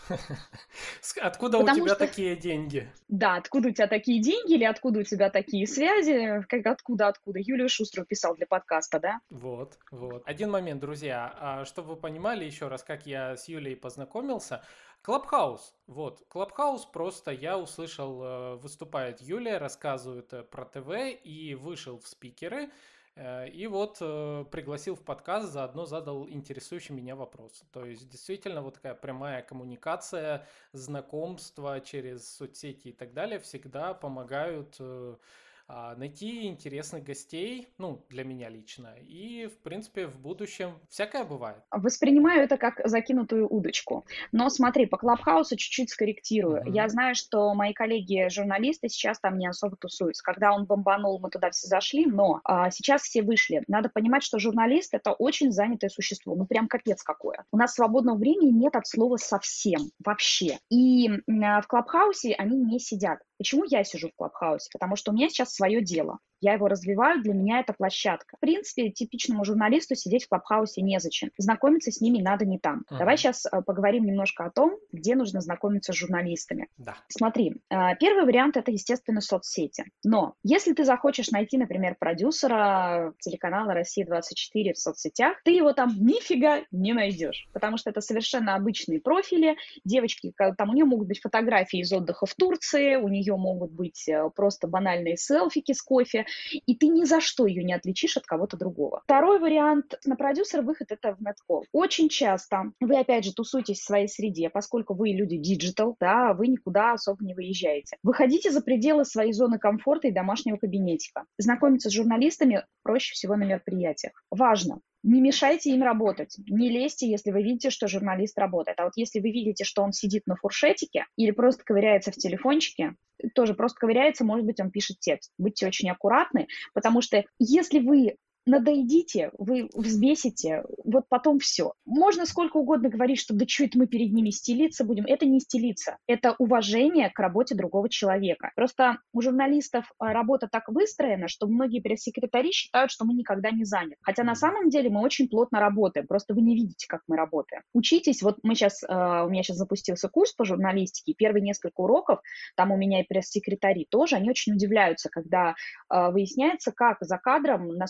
С- Откуда у Потому тебя что такие деньги? да, откуда у тебя такие деньги или откуда у тебя такие связи, как откуда, откуда. Юлию Шустру писал для подкаста, да? Вот, вот. Один момент, друзья. А, чтобы вы понимали еще раз, как я с Юлей познакомился. Клабхаус. Вот, Клабхаус просто я услышал, э, выступает Юлия, рассказывает э, про ТВ и вышел в спикеры. э, И вот э, пригласил в подкаст, заодно задал интересующий меня вопрос. То есть действительно вот такая прямая коммуникация, знакомство через соцсети и так далее всегда помогают э, а, найти интересных гостей, ну, для меня лично. И, в принципе, в будущем всякое бывает. Воспринимаю это как закинутую удочку. Но смотри, по Клабхаусу чуть-чуть скорректирую. Я Мгм. знаю, что мои коллеги-журналисты сейчас там не особо тусуются. Когда он бомбанул, мы туда все зашли, но а, сейчас все вышли. Надо понимать, что журналист– это очень занятое существо. Ну, прям капец какое. У нас свободного времени нет от слова совсем, вообще. И м, а, в Клабхаусе они не сидят. Почему я сижу в Клабхаусе? Потому что у меня сейчас свое дело. Я его развиваю, для меня это площадка. В принципе, типичному журналисту сидеть в Клабхаусе незачем. Знакомиться с ними надо не там. Давай Мгм. сейчас поговорим немножко о том, где нужно знакомиться с журналистами. Да. Смотри, э, первый вариант– это, естественно, соцсети. Но если ты захочешь найти, например, продюсера телеканала «Россия двадцать четыре» в соцсетях, ты его там нифига не найдешь, потому что это совершенно обычные профили. Девочки, ка- там у нее могут быть фотографии из отдыха в Турции, у нее могут быть э, просто банальные селфики с кофе, и ты ни за что ее не отличишь от кого-то другого. Второй вариант на продюсера выход– это в неткол. Очень часто вы, опять же, тусуетесь в своей среде, поскольку вы люди диджитал, да, вы никуда особо не выезжаете. Выходите за пределы своей зоны комфорта и домашнего кабинетика. Знакомиться с журналистами проще всего на мероприятиях. Важно. Не мешайте им работать, не лезьте, если вы видите, что журналист работает. А вот если вы видите, что он сидит на фуршетике или просто ковыряется в телефончике, тоже просто ковыряется, может быть, он пишет текст. Будьте очень аккуратны, потому что если вы надоедите, вы взбесите, вот потом все. Можно сколько угодно говорить, что да что это мы перед ними стелиться будем. Это не стелиться, это уважение к работе другого человека. Просто у журналистов а, работа так выстроена, что многие пресс-секретари считают, что мы никогда не заняты. Хотя на Мгм. самом деле мы очень плотно работаем, просто вы не видите, как мы работаем. Учитесь, вот мы сейчас, у меня сейчас запустился курс по журналистике, первые несколько уроков, там у меня и пресс-секретари тоже, они очень удивляются, когда а, выясняется, как за кадром, насколько на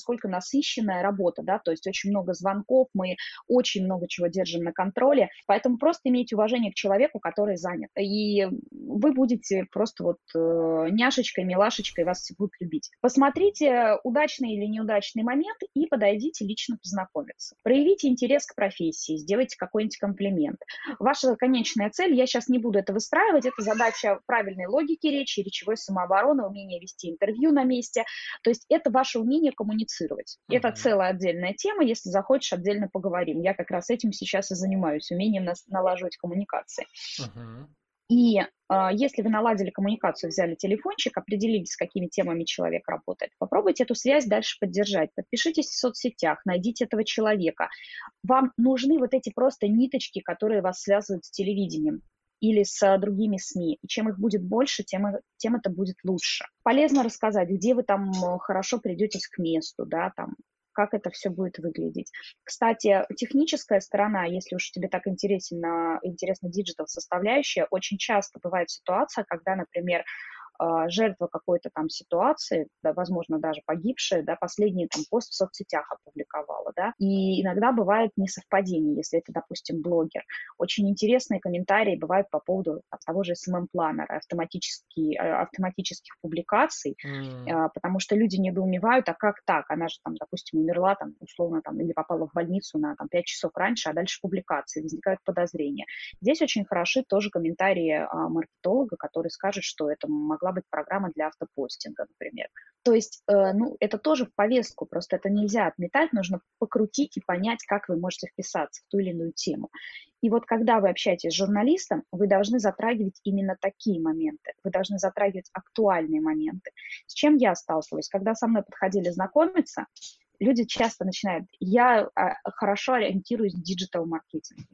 насыщенная работа, да, то есть очень много звонков, мы очень много чего держим на контроле, поэтому просто имейте уважение к человеку, который занят, и вы будете просто вот э, няшечкой, милашечкой, вас все будут любить. Посмотрите удачный или неудачный момент и подойдите лично познакомиться. Проявите интерес к профессии, сделайте какой-нибудь комплимент. Ваша конечная цель, я сейчас не буду это выстраивать, это задача правильной логики речи, речевой самообороны, умение вести интервью на месте. То есть это ваше умение коммуницировать. Uh-huh. Это целая отдельная тема, если захочешь, отдельно поговорим. Я как раз этим сейчас и занимаюсь, умением нас, налаживать коммуникации. Uh-huh. И э, если вы наладили коммуникацию, взяли телефончик, определились, с какими темами человек работает, попробуйте эту связь дальше поддержать. Подпишитесь в соцсетях, найдите этого человека. Вам нужны вот эти просто ниточки, которые вас связывают с телевидением или с другими СМИ. И чем их будет больше, тем, тем это будет лучше. Полезно рассказать, где вы там хорошо придетесь к месту, да, там, как это все будет выглядеть. Кстати, техническая сторона, если уж тебе так интересна, интересна диджитал-составляющая, очень часто бывает ситуация, когда, например, жертва какой-то там ситуации, да, возможно, даже погибшая, да, последний там пост в соцсетях опубликовала, да, и иногда бывает несовпадение, если это, допустим, блогер. Очень интересные комментарии бывают по поводу там, того же эс эм эм-планера, автоматических, автоматических публикаций, mm. потому что люди недоумевают, а как так? Она же там, допустим, умерла там, условно, там, или попала в больницу на там, пять часов раньше, а дальше публикации, возникают подозрения. Здесь очень хороши тоже комментарии а, маркетолога, который скажет, что это могла быть программа для автопостинга, например. То есть, э, ну, это тоже в повестку, просто это нельзя отметать, нужно покрутить и понять, как вы можете вписаться в ту или иную тему. И вот когда вы общаетесь с журналистом, вы должны затрагивать именно такие моменты, вы должны затрагивать актуальные моменты. С чем я сталкиваюсь? Когда со мной подходили знакомиться, люди часто начинают, я а, хорошо ориентируюсь в диджитал-маркетинге.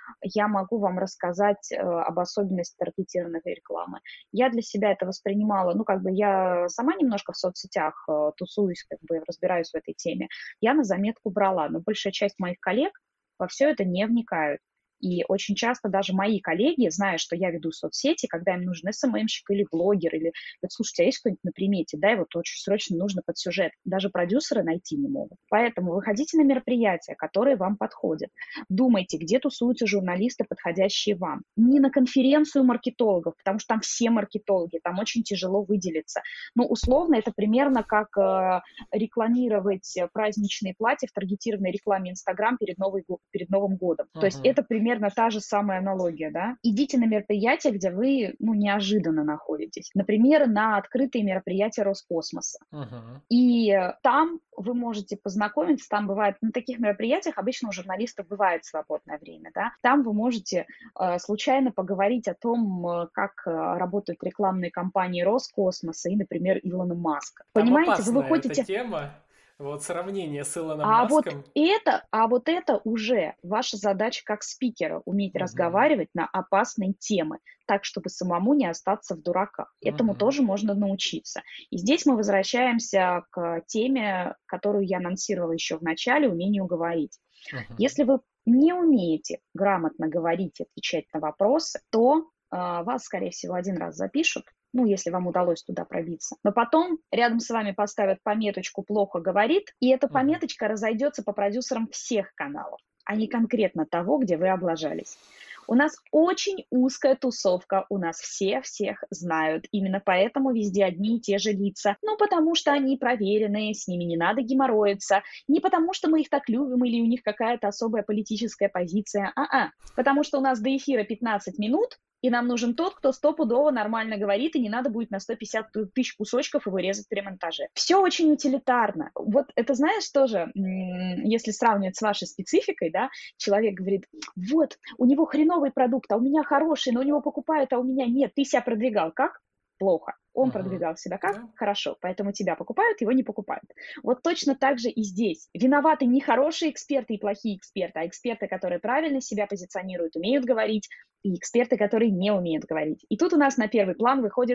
Я могу вам рассказать э, об особенностях таргетированной рекламы. Я для себя это воспринимала, ну, как бы я сама немножко в соцсетях э, тусуюсь, как бы разбираюсь в этой теме. Я на заметку брала, но большая часть моих коллег во все это не вникают. И очень часто даже мои коллеги, зная, что я веду соцсети, когда им нужен эс эм эм-щик или блогер, или, вот, слушайте, а есть кто-нибудь на примете, да, и вот очень срочно нужно под сюжет, даже продюсеры найти не могут. Поэтому выходите на мероприятия, которые вам подходят. Думайте, где тусуются журналисты, подходящие вам. Не на конференцию маркетологов, потому что там все маркетологи, там очень тяжело выделиться. Ну, условно, это примерно как э, рекламировать праздничные платья в таргетированной рекламе Инстаграм перед, Новый, перед Новым годом. Uh-huh. То есть это примерно Примерно та же самая аналогия, да. Идите на мероприятия, где вы, ну, неожиданно находитесь. Например, на открытые мероприятия Роскосмоса. Uh-huh. И там вы можете познакомиться, там бывает, на таких мероприятиях обычно у журналистов бывает свободное время, да. Там вы можете э, случайно поговорить о том, э, как э, работают рекламные кампании Роскосмоса и, например, Илона Маска. Там понимаете, вы выходите... эта тема. Вот сравнение с Илоном а Маском. Вот это, а вот это уже ваша задача как спикера, уметь угу. разговаривать на опасные темы, так, чтобы самому не остаться в дураках. Этому угу. тоже можно научиться. И здесь мы возвращаемся к теме, которую я анонсировала еще в начале, умению говорить. Угу. Если вы не умеете грамотно говорить и отвечать на вопросы, то э, вас, скорее всего, один раз запишут, ну, если вам удалось туда пробиться. Но потом рядом с вами поставят пометочку «плохо говорит», и эта пометочка разойдется по продюсерам всех каналов, а не конкретно того, где вы облажались. У нас очень узкая тусовка, у нас все всех знают. Именно поэтому везде одни и те же лица. Ну, потому что они проверенные, с ними не надо геморроиться. Не потому что мы их так любим или у них какая-то особая политическая позиция. А-а. Потому что у нас до эфира пятнадцать минут, и нам нужен тот, кто стопудово нормально говорит, и не надо будет на сто пятьдесят тысяч кусочков его резать при монтаже. Все очень утилитарно. Вот это, знаешь, тоже, если сравнивать с вашей спецификой, да, человек говорит, вот, у него хреновый продукт, а у меня хороший, но у него покупают, а у меня нет. Ты себя продвигал как? Плохо. Он uh-huh. продвигал себя как? Yeah. Хорошо. Поэтому тебя покупают, его не покупают. Вот точно так же и здесь. Виноваты не хорошие эксперты и плохие эксперты, а эксперты, которые правильно себя позиционируют, умеют говорить, и эксперты, которые не умеют говорить. И тут у нас на первый план выходит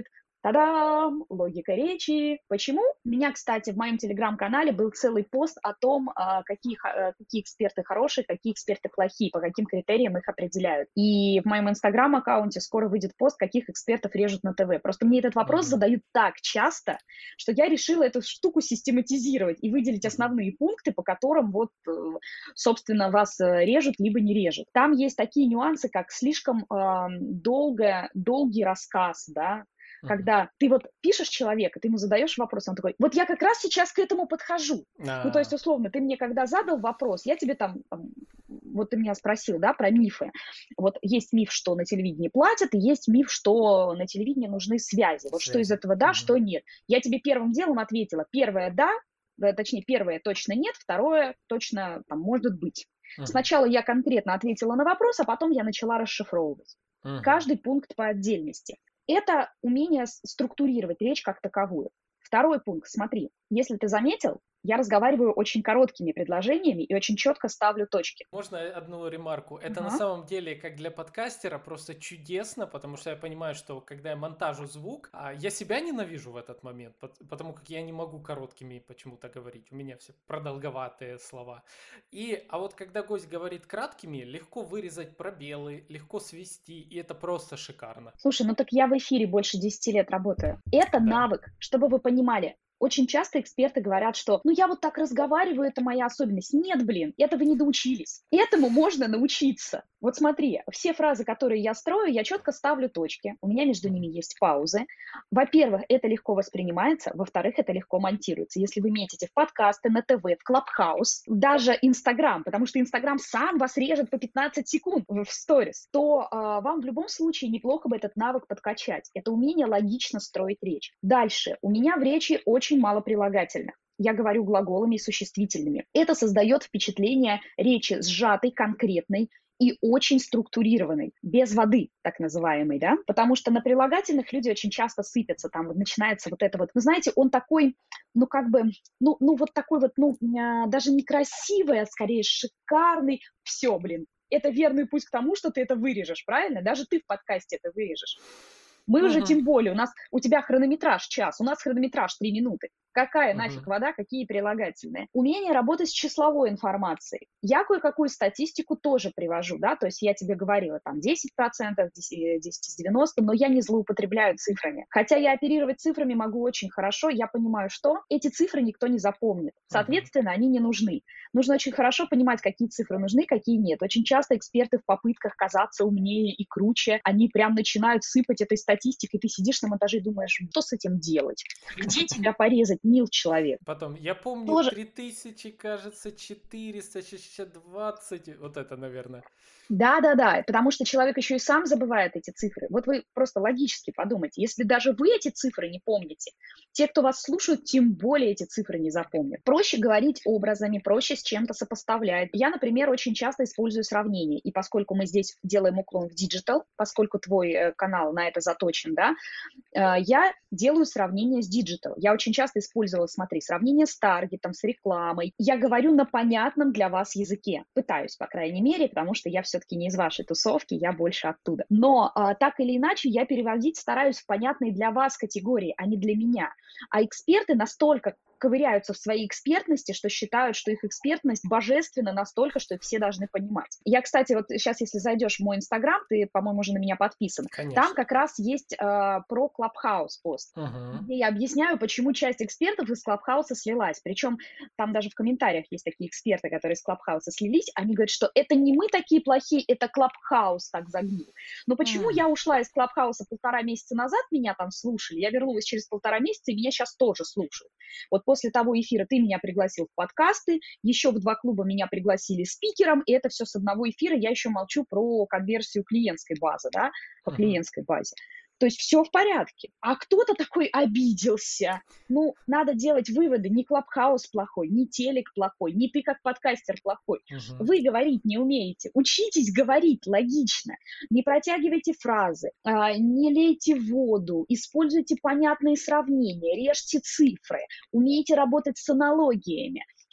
Та-дам! Логика речи. Почему? У меня, кстати, в моем телеграм-канале был целый пост о том, а, какие, ха- э, какие эксперты хорошие, какие эксперты плохие, по каким критериям их определяют. И в моем инстаграм-аккаунте скоро выйдет пост, каких экспертов режут на ТВ. Просто мне этот вопрос Мгм. задают так часто, что я решила эту штуку систематизировать и выделить Мгм. основные пункты, по которым вот, э, собственно, вас э, режут, либо не режут. Там есть такие нюансы, как слишком ам, долго, долгий рассказ, да, Мгм. когда ты вот пишешь человека, ты ему задаешь вопрос, он такой, вот я как раз сейчас к этому подхожу. Ну, то есть, А, условно, ты мне когда задал вопрос, я тебе там, там, вот ты меня спросил, да, про мифы. Вот есть миф, что на телевидении платят, и есть миф, что на телевидении нужны связи. Вот что из связи. этого да, Мгм. что нет. Я тебе первым делом ответила. Первое да, да, точнее, первое точно нет, второе точно там может быть. Мгм. Сначала я конкретно ответила на вопрос, а потом я начала расшифровывать. Мгм. Каждый пункт по отдельности. Это умение с- структурировать речь как таковую. Второй пункт, смотри, если ты заметил, я разговариваю очень короткими предложениями и очень четко ставлю точки. Можно одну ремарку? Это на Ага. самом деле, как для подкастера, просто чудесно, потому что я понимаю, что когда я монтажу звук, а, я себя ненавижу в этот момент, пот- потому как я не могу короткими почему-то говорить. У меня все продолговатые слова. И, а вот когда гость говорит краткими, легко вырезать пробелы, легко свести, и это просто шикарно. Слушай, ну так я в эфире больше десяти лет работаю. Это Да. навык, чтобы вы понимали. Очень часто эксперты говорят, что ну я вот так разговариваю, это моя особенность. Нет, блин, этого не доучились. Этому можно научиться. Вот смотри, все фразы, которые я строю, я четко ставлю точки. У меня между Мгм. ними есть паузы. Во-первых, это легко воспринимается. Во-вторых, это легко монтируется. Если вы метите в подкасты, на ТВ, в Клабхаус, даже Инстаграм, потому что Инстаграм сам вас режет по пятнадцать секунд в в сторис, то а, вам в любом случае неплохо бы этот навык подкачать. Это умение логично строить речь. Дальше. У меня в речи очень мало прилагательных. Я говорю глаголами и существительными. Это создает впечатление речи сжатой, конкретной и очень структурированной, без воды, так называемой, да, потому что на прилагательных люди очень часто сыпятся, там вот начинается вот это вот, вы знаете, он такой, ну как бы, ну, ну вот такой вот, ну а, даже не красивый, а скорее шикарный, все, блин, это верный путь к тому, что ты это вырежешь, правильно? Даже ты в подкасте это вырежешь. Мы уже Мгм. тем более, у нас, у тебя хронометраж час, у нас хронометраж три минуты. Какая нафиг Мгм. вода, какие прилагательные? Умение работать с числовой информацией. Я кое-какую статистику тоже привожу, да, то есть я тебе говорила, там, десять процентов, десять из девяноста, но я не злоупотребляю цифрами. Хотя я оперировать цифрами могу очень хорошо, я понимаю, что эти цифры никто не запомнит. Мгм. Соответственно, они не нужны. Нужно очень хорошо понимать, какие цифры нужны, какие нет. Очень часто эксперты в попытках казаться умнее и круче, они прям начинают сыпать этой статистикой, ты сидишь на монтаже и думаешь, что с этим делать? Где тебя порезать, мил человек? Потом, я помню, Тоже три тысячи, кажется, четыреста, четыреста двадцать, вот это, наверное. да-да-да, потому что человек еще и сам забывает эти цифры. Вот вы просто логически подумайте, если даже вы эти цифры не помните, те, кто вас слушают, тем более эти цифры не запомнят. Проще говорить образами, проще с чем-то сопоставлять. Я, например, очень часто использую сравнения, и поскольку мы здесь делаем уклон в диджитал, поскольку твой э, канал на это заточен, да, э, я делаю сравнение с диджитал. Я очень часто использовала, смотри, сравнение с таргетом, с рекламой. Я говорю на понятном для вас языке. Пытаюсь, по крайней мере, потому что я все-таки не из вашей тусовки, я больше оттуда. Но а, так или иначе я переводить стараюсь в понятные для вас категории, а не для меня. А эксперты настолько ковыряются в своей экспертности, что считают, что их экспертность божественна настолько, что их все должны понимать. Я, кстати, вот сейчас, если зайдешь в мой инстаграм, ты, по-моему, уже на меня подписан, там Конечно. как раз есть э, про Clubhouse пост, Мгм. где я объясняю, почему часть экспертов из Клабхауса слилась. Причем там даже в комментариях есть такие эксперты, которые из Клабхауса слились. Они говорят, что это не мы такие плохие, это Клабхаус так загнул. Но почему М. я ушла из Клабхауса полтора месяца назад, меня там слушали, я вернулась через полтора месяца, и меня сейчас тоже слушают. Вот после того эфира ты меня пригласил в подкасты, еще в два клуба меня пригласили спикером, и это все с одного эфира. Я еще молчу про конверсию клиентской базы, да, по Мгм. клиентской базе. То есть все в порядке. А кто-то такой обиделся. Ну, надо делать выводы. Не Клабхаус плохой, не телек плохой, не ты как подкастер плохой. Мгм. Вы говорить не умеете. Учитесь говорить логично. Не протягивайте фразы, а, не лейте воду, используйте понятные сравнения, режьте цифры, умейте работать с аналогиями.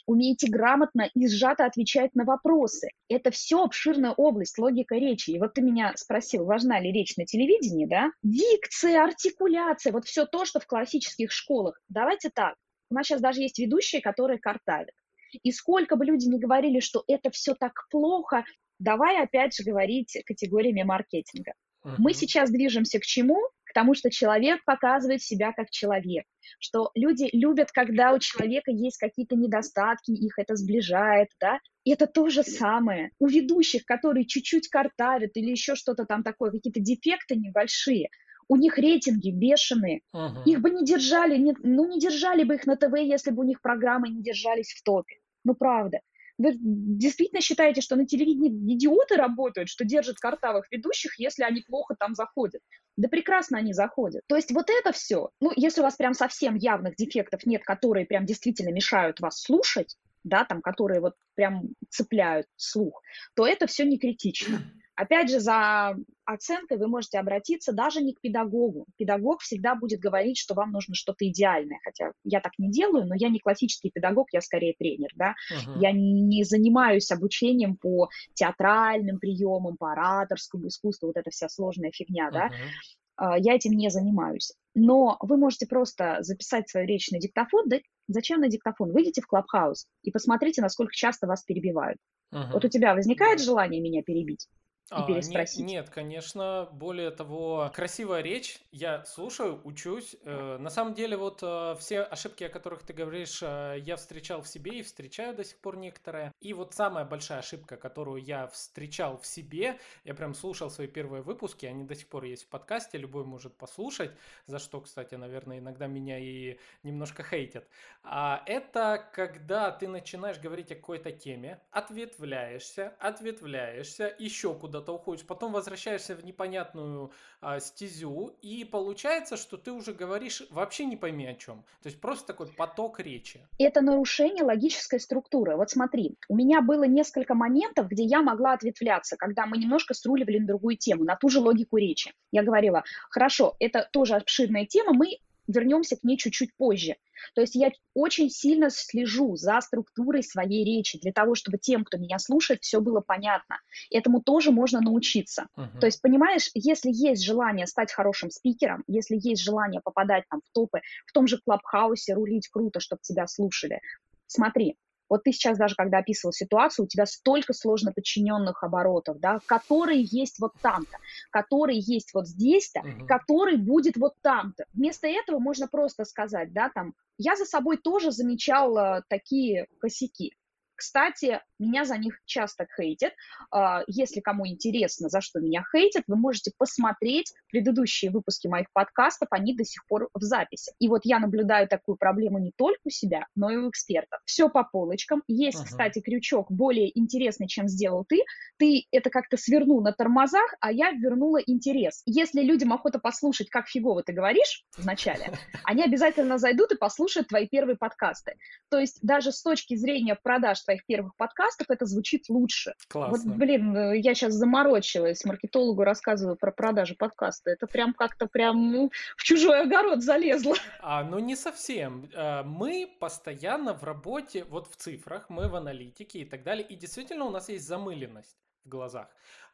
умеете грамотно и сжато отвечать на вопросы. Это все обширная область, логика речи. И вот ты меня спросил, важна ли речь на телевидении, да? Дикция, артикуляция, вот все то, что в классических школах. Давайте так, у нас сейчас даже есть ведущие, которые картавят. И сколько бы люди ни говорили, что это все так плохо, давай опять же говорить категориями маркетинга. Uh-huh. Мы сейчас движемся к чему? К тому, что человек показывает себя как человек, что люди любят, когда у человека есть какие-то недостатки, их это сближает, да, и это то же самое. У ведущих, которые чуть-чуть картавят или еще что-то там такое, какие-то дефекты небольшие, у них рейтинги бешеные, uh-huh. их бы не держали, не, ну не держали бы их на ТВ, если бы у них программы не держались в топе, ну правда. Вы действительно считаете, что на телевидении идиоты работают, что держат картавых ведущих, если они плохо там заходят? Да прекрасно они заходят. То есть вот это все, ну, если у вас прям совсем явных дефектов нет, которые прям действительно мешают вас слушать, да, там, которые вот прям цепляют слух, то это все не критично. Опять же, за оценкой вы можете обратиться даже не к педагогу. Педагог всегда будет говорить, что вам нужно что-то идеальное, хотя я так не делаю, но я не классический педагог, я скорее тренер, да. Uh-huh. Я не занимаюсь обучением по театральным приемам, по ораторскому искусству, вот эта вся сложная фигня, uh-huh. да. Я этим не занимаюсь. Но вы можете просто записать свою речь на диктофон, да зачем на диктофон? Выйдите в Clubhouse и посмотрите, насколько часто вас перебивают. Uh-huh. Вот у тебя возникает uh-huh. желание меня перебить? И а, переспросить. Нет, нет, конечно, более того, красивая речь, я слушаю, учусь. Э, на самом деле, вот э, все ошибки, о которых ты говоришь, э, я встречал в себе и встречаю до сих пор некоторые. И вот самая большая ошибка, которую я встречал в себе, я прям слушал свои первые выпуски, они до сих пор есть в подкасте, любой может послушать, за что, кстати, наверное, иногда меня и немножко хейтят. А это когда ты начинаешь говорить о какой-то теме, ответвляешься, ответвляешься, еще куда куда-то уходишь, потом возвращаешься в непонятную а, стезю, и получается, что ты уже говоришь вообще не пойми о чем. То есть просто такой поток речи. Это нарушение логической структуры. Вот смотри, у меня было несколько моментов, где я могла ответвляться, когда мы немножко сруливали на другую тему, на ту же логику речи. Я говорила, хорошо, это тоже обширная тема, мы вернемся к ней чуть-чуть позже. То есть я очень сильно слежу за структурой своей речи для того, чтобы тем, кто меня слушает, все было понятно. Этому тоже можно научиться. Uh-huh. То есть, понимаешь, если есть желание стать хорошим спикером, если есть желание попадать там в топы, в том же Клабхаусе, рулить круто, чтобы тебя слушали, смотри, вот ты сейчас даже, когда описывал ситуацию, у тебя столько сложно подчиненных оборотов, да, которые есть вот там-то, которые есть вот здесь-то, uh-huh. который будет вот там-то. Вместо этого можно просто сказать, да, там, я за собой тоже замечала такие косяки. Кстати, меня за них часто хейтят. Если кому интересно, за что меня хейтят, вы можете посмотреть предыдущие выпуски моих подкастов, они до сих пор в записи. И вот я наблюдаю такую проблему не только у себя, но и у экспертов. Все по полочкам. Есть, uh-huh. кстати, крючок более интересный, чем сделал ты. Ты это как-то свернул на тормозах, а я вернула интерес. Если людям охота послушать, как фигово ты говоришь вначале, они обязательно зайдут и послушают твои первые подкасты. То есть даже с точки зрения продаж твоих первых подкастов это звучит лучше. Классно. Вот, блин, я сейчас заморочилась, маркетологу рассказываю про продажи подкаста. Это прям как-то прям ну, в чужой огород залезла. А, ну не совсем. Мы постоянно в работе, вот в цифрах, мы в аналитике и так далее, и действительно у нас есть замыленность в глазах.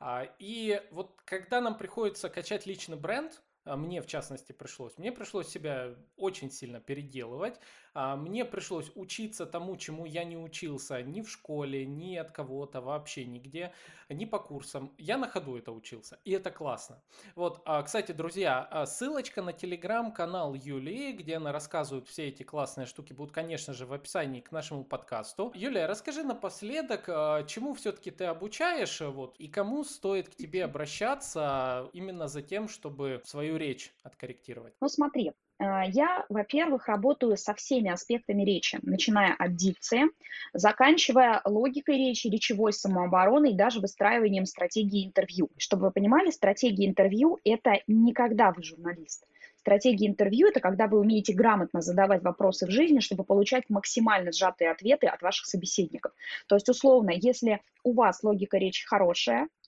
И вот когда нам приходится качать личный бренд, мне в частности пришлось, мне пришлось себя очень сильно переделывать, мне пришлось учиться тому, чему я не учился ни в школе, ни от кого-то, вообще нигде, ни по курсам. Я на ходу это учился, и это классно. Вот, кстати, друзья, ссылочка на телеграм-канал Юлии, где она рассказывает все эти классные штуки, будут, конечно же, в описании к нашему подкасту. Юлия, расскажи напоследок, чему все-таки ты обучаешь, вот, и кому стоит к тебе обращаться именно за тем, чтобы свою речь откорректировать? Ну смотри, я, во-первых, работаю со всеми аспектами речи, начиная от дикции, заканчивая логикой речи, речевой самообороной и даже выстраиванием стратегии интервью. Чтобы вы понимали, стратегия интервью – это не когда вы журналист. Стратегия интервью – это когда вы умеете грамотно задавать вопросы в жизни, чтобы получать максимально сжатые ответы от ваших собеседников. То есть, условно, если у вас логика речи хорошая,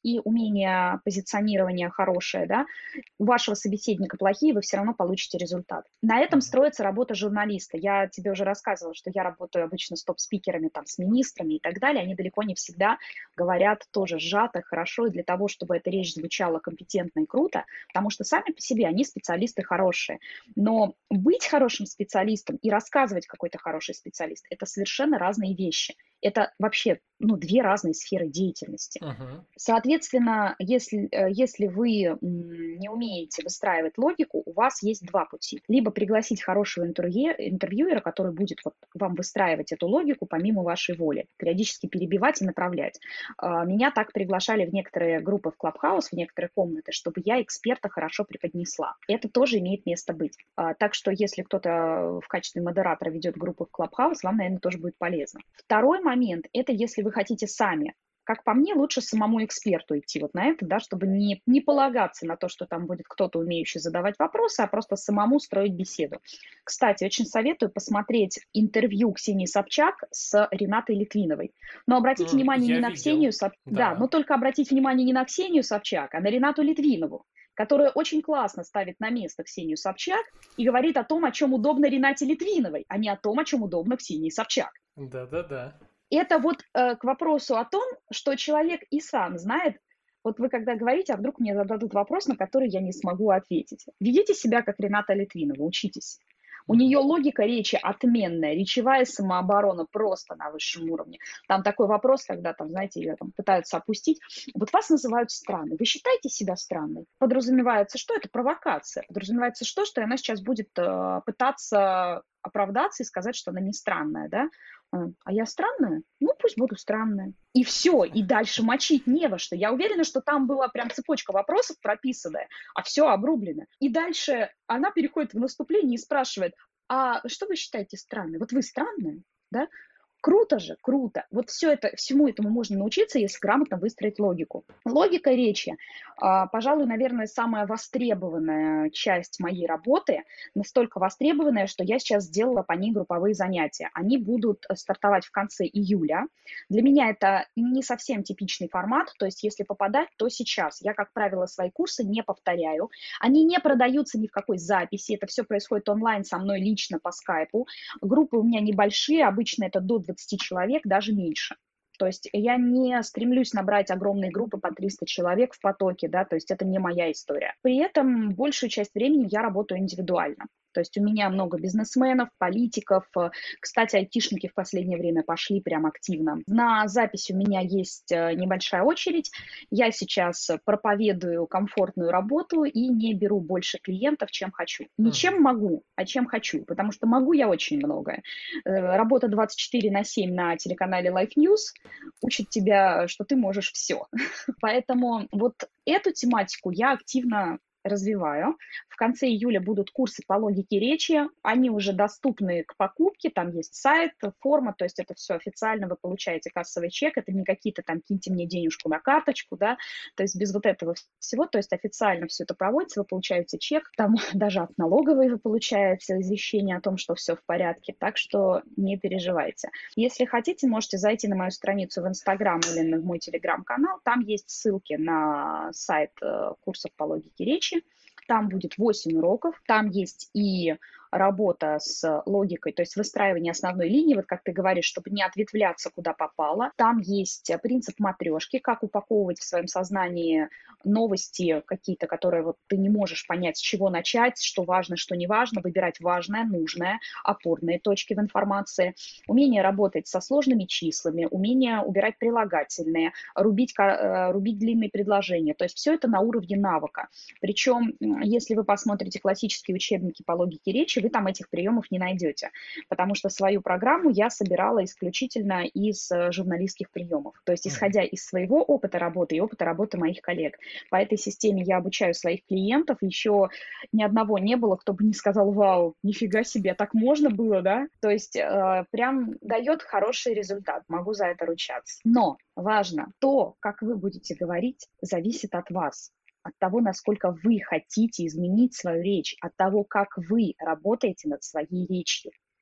и умение позиционирования хорошее, да, у вашего собеседника плохие, вы все равно получите результат. На этом Мгм. строится работа журналиста. Я тебе уже рассказывала, что я работаю обычно с топ-спикерами, там, с министрами и так далее. Они далеко не всегда говорят тоже сжато, хорошо, и для того, чтобы эта речь звучала компетентно и круто, потому что сами по себе они специалисты хорошие. Но быть хорошим специалистом и рассказывать, какой то хороший специалист, это совершенно разные вещи. Это вообще, ну, две разные сферы деятельности. Мгм. Соответственно, если, э, если вы м, не умеете выстраивать логику, у вас есть два пути. Либо пригласить хорошего интервью, интервьюера, который будет вот вам выстраивать эту логику помимо вашей воли, периодически перебивать и направлять. А, Меня так приглашали в некоторые группы в Clubhouse, в некоторые комнаты, чтобы я эксперта хорошо преподнесла. Это тоже имеет место быть. А, Так что если кто-то в качестве модератора ведет группу в Clubhouse, вам, наверное, тоже будет полезно. Второй момент – это если вы хотите сами. Как по мне, лучше самому эксперту идти вот на это, да, чтобы не, не полагаться на то, что там будет кто-то, умеющий задавать вопросы, а просто самому строить беседу. Кстати, очень советую посмотреть интервью Ксении Собчак с Ренатой Литвиновой. Но обратите М, внимание не Я на видел, Ксению Собчак, да, но да. только обратите внимание не на Ксению Собчак, а на Ренату Литвинову, которая очень классно ставит на место Ксению Собчак и говорит о том, о чем удобно Ренате Литвиновой, а не о том, о чем удобно Ксении Собчак. Да-да-да. Это вот э, к вопросу о том, что человек и сам знает, вот вы когда говорите, а вдруг мне зададут вопрос, на который я не смогу ответить. Ведите себя как Рената Литвинова, учитесь. У Мгм. нее логика речи отменная, речевая самооборона просто на высшем уровне. Там такой вопрос, когда там, знаете, ее там пытаются опустить. Вот вас называют странной. Вы считаете себя странной? Подразумевается, что это провокация. Подразумевается, что, что она сейчас будет э, пытаться оправдаться и сказать, что она не странная, да? А а я странная? Ну, пусть буду странная. И все, и дальше мочить не во что. Я уверена, что там была прям цепочка вопросов прописанная, а все обрублено. И дальше она переходит в наступление и спрашивает, а что вы считаете странной? Вот вы странная, да? Круто же, круто. Вот все это, всему этому можно научиться, если грамотно выстроить логику. Логика речи, а, пожалуй, наверное, самая востребованная часть моей работы, настолько востребованная, что я сейчас сделала по ней групповые занятия. Они будут э, стартовать в конце июля. Для меня это не совсем типичный формат, то есть если попадать, то сейчас. Я, как правило, свои курсы не повторяю. Они не продаются ни в какой записи, это все происходит онлайн со мной лично по скайпу. Группы у меня небольшие, обычно это до двадцати человек, даже меньше. То есть я не стремлюсь набрать огромные группы по триста человек в потоке, да, то есть это не моя история. При этом большую часть времени я работаю индивидуально. То есть у меня много бизнесменов, политиков. э, Кстати, айтишники в последнее время пошли прям активно. На запись у меня есть э, небольшая очередь. Я сейчас проповедую комфортную работу и не беру больше клиентов, чем хочу. Не Мгм. чем могу, а чем хочу, потому что могу я очень многое. Э, Работа двадцать четыре на семь на телеканале Life News учит тебя, что ты можешь все. Поэтому вот эту тематику я активно развиваю. В конце июля будут курсы по логике речи. Они уже доступны к покупке. Там есть сайт, форма, то есть это все официально. Вы получаете кассовый чек. Это не какие-то там киньте мне денежку на карточку, да. То есть без вот этого всего. То есть официально все это проводится. Вы получаете чек. Там даже от налоговой вы получаете извещение о том, что все в порядке. Так что не переживайте. Если хотите, можете зайти на мою страницу в Инстаграм или на мой Телеграм-канал. Там есть ссылки на сайт э, курсов по логике речи. Там будет восемь уроков. Там есть и работа с логикой, то есть выстраивание основной линии, вот как ты говоришь, чтобы не ответвляться куда попало. Там есть принцип матрешки, как упаковывать в своем сознании новости какие-то, которые вот ты не можешь понять, с чего начать, что важно, что не важно, выбирать важное, нужное, опорные точки в информации, умение работать со сложными числами, умение убирать прилагательные, рубить, рубить длинные предложения. То есть все это на уровне навыка. Причем, если вы посмотрите классические учебники по логике речи, вы там этих приемов не найдете, потому что свою программу я собирала исключительно из э, журналистских приемов, то есть Мгм. исходя из своего опыта работы и опыта работы моих коллег. По этой системе я обучаю своих клиентов, еще ни одного не было, кто бы не сказал, вау, нифига себе, так можно было, да? То есть э, прям дает хороший результат, могу за это ручаться. Но важно, то, как вы будете говорить, зависит от вас, от того, насколько вы хотите изменить свою речь, от того, как вы работаете над своей речью.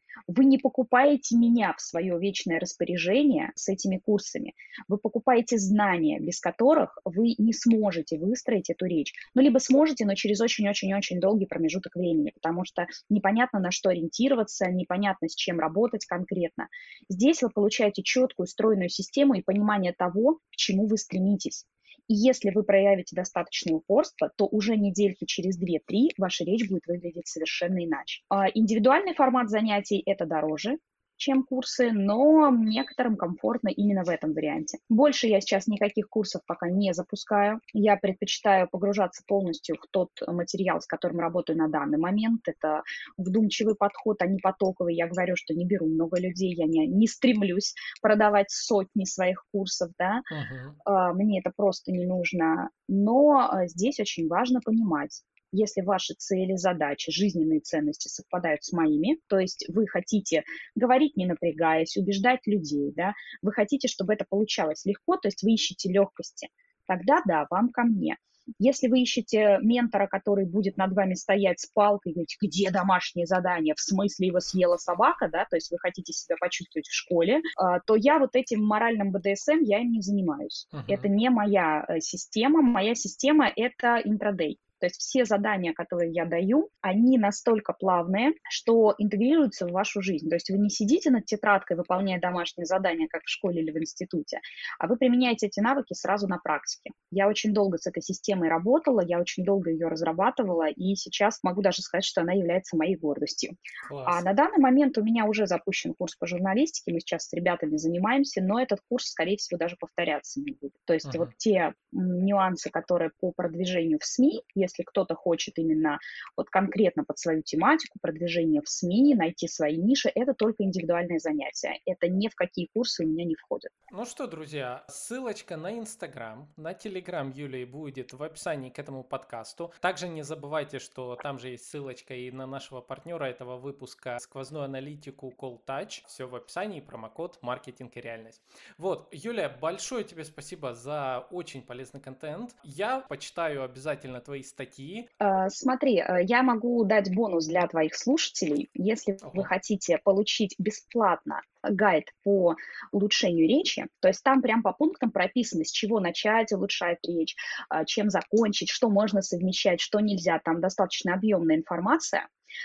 Вы не покупаете меня в свое вечное распоряжение с этими курсами. Вы покупаете знания, без которых вы не сможете выстроить эту речь. Ну, либо сможете, но через очень-очень-очень долгий промежуток времени, потому что непонятно, на что ориентироваться, непонятно, с чем работать конкретно. Здесь вы получаете четкую, стройную систему и понимание того, к чему вы стремитесь. И если вы проявите достаточное упорство, то уже недельки через две-три ваша речь будет выглядеть совершенно иначе. А индивидуальный формат занятий – это дороже, чем курсы, но некоторым комфортно именно в этом варианте. Больше я сейчас никаких курсов пока не запускаю. Я предпочитаю погружаться полностью в тот материал, с которым работаю на данный момент. Это вдумчивый подход, а не потоковый. Я говорю, что не беру много людей, я не, не стремлюсь продавать сотни своих курсов, да. Uh-huh. Мне это просто не нужно. Но здесь очень важно понимать, если ваши цели, задачи, жизненные ценности совпадают с моими, то есть вы хотите говорить не напрягаясь, убеждать людей, да, вы хотите, чтобы это получалось легко, то есть вы ищете легкости, тогда да, вам ко мне. Если вы ищете ментора, который будет над вами стоять с палкой и говорить, где домашнее задание, в смысле его съела собака, да, то есть вы хотите себя почувствовать в школе, то я вот этим моральным бэ дэ эс эм, я им не занимаюсь. Uh-huh. Это не моя система, моя система – это интрадей. То есть все задания, которые я даю, они настолько плавные, что интегрируются в вашу жизнь. То есть вы не сидите над тетрадкой, выполняя домашние задания, как в школе или в институте, а вы применяете эти навыки сразу на практике. Я очень долго с этой системой работала, я очень долго ее разрабатывала, и сейчас могу даже сказать, что она является моей гордостью. Класс. А на данный момент у меня уже запущен курс по журналистике, мы сейчас с ребятами занимаемся, но этот курс, скорее всего, даже повторяться не будет. То есть uh-huh. вот те нюансы, которые по продвижению в СМИ, если кто-то хочет именно вот конкретно под свою тематику продвижение в СМИ, найти свои ниши, это только индивидуальные занятия. Это ни в какие курсы у меня не входит. Ну что, друзья, ссылочка на Инстаграм, на Телеграм Юлии будет в описании к этому подкасту. Также не забывайте, что там же есть ссылочка и на нашего партнера этого выпуска, сквозную аналитику Call Touch. Все в описании, промокод «Маркетинг и реальность». Вот, Юлия, большое тебе спасибо за очень полезный контент. Я почитаю обязательно твои статьи. Uh, смотри, я могу дать бонус для твоих слушателей. Если uh-huh. вы хотите получить бесплатно гайд по улучшению речи, то есть там прям по пунктам прописано, с чего начать улучшать речь, чем закончить, что можно совмещать, что нельзя. Там достаточно объемная информация.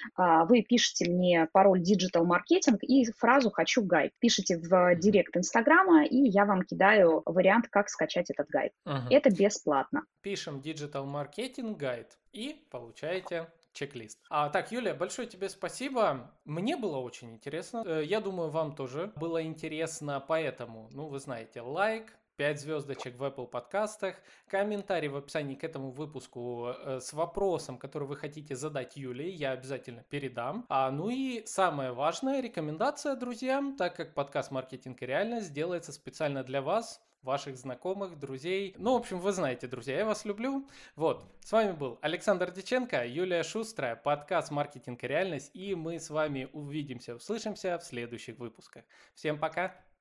Вы пишете мне пароль Digital Marketing и фразу «хочу гайд». Пишите в директ Инстаграма, и я вам кидаю вариант, как скачать этот гайд. Uh-huh. Это бесплатно. Пишем Digital Marketing гайд и получаете чек-лист. А, так, Юлия, большое тебе спасибо. Мне было очень интересно. Я думаю, вам тоже было интересно, поэтому, ну, вы знаете, лайк, пять звездочек в Apple подкастах, комментарий в описании к этому выпуску э, с вопросом, который вы хотите задать Юлии, я обязательно передам. А, ну и самое важное, рекомендация друзьям, так как подкаст «Маркетинг и реальность» делается специально для вас, ваших знакомых, друзей. Ну, в общем, вы знаете, друзья, я вас люблю. Вот, с вами был Александр Дьяченко, Юлия Шустрая, подкаст «Маркетинг и реальность», и мы с вами увидимся, услышимся в следующих выпусках. Всем пока!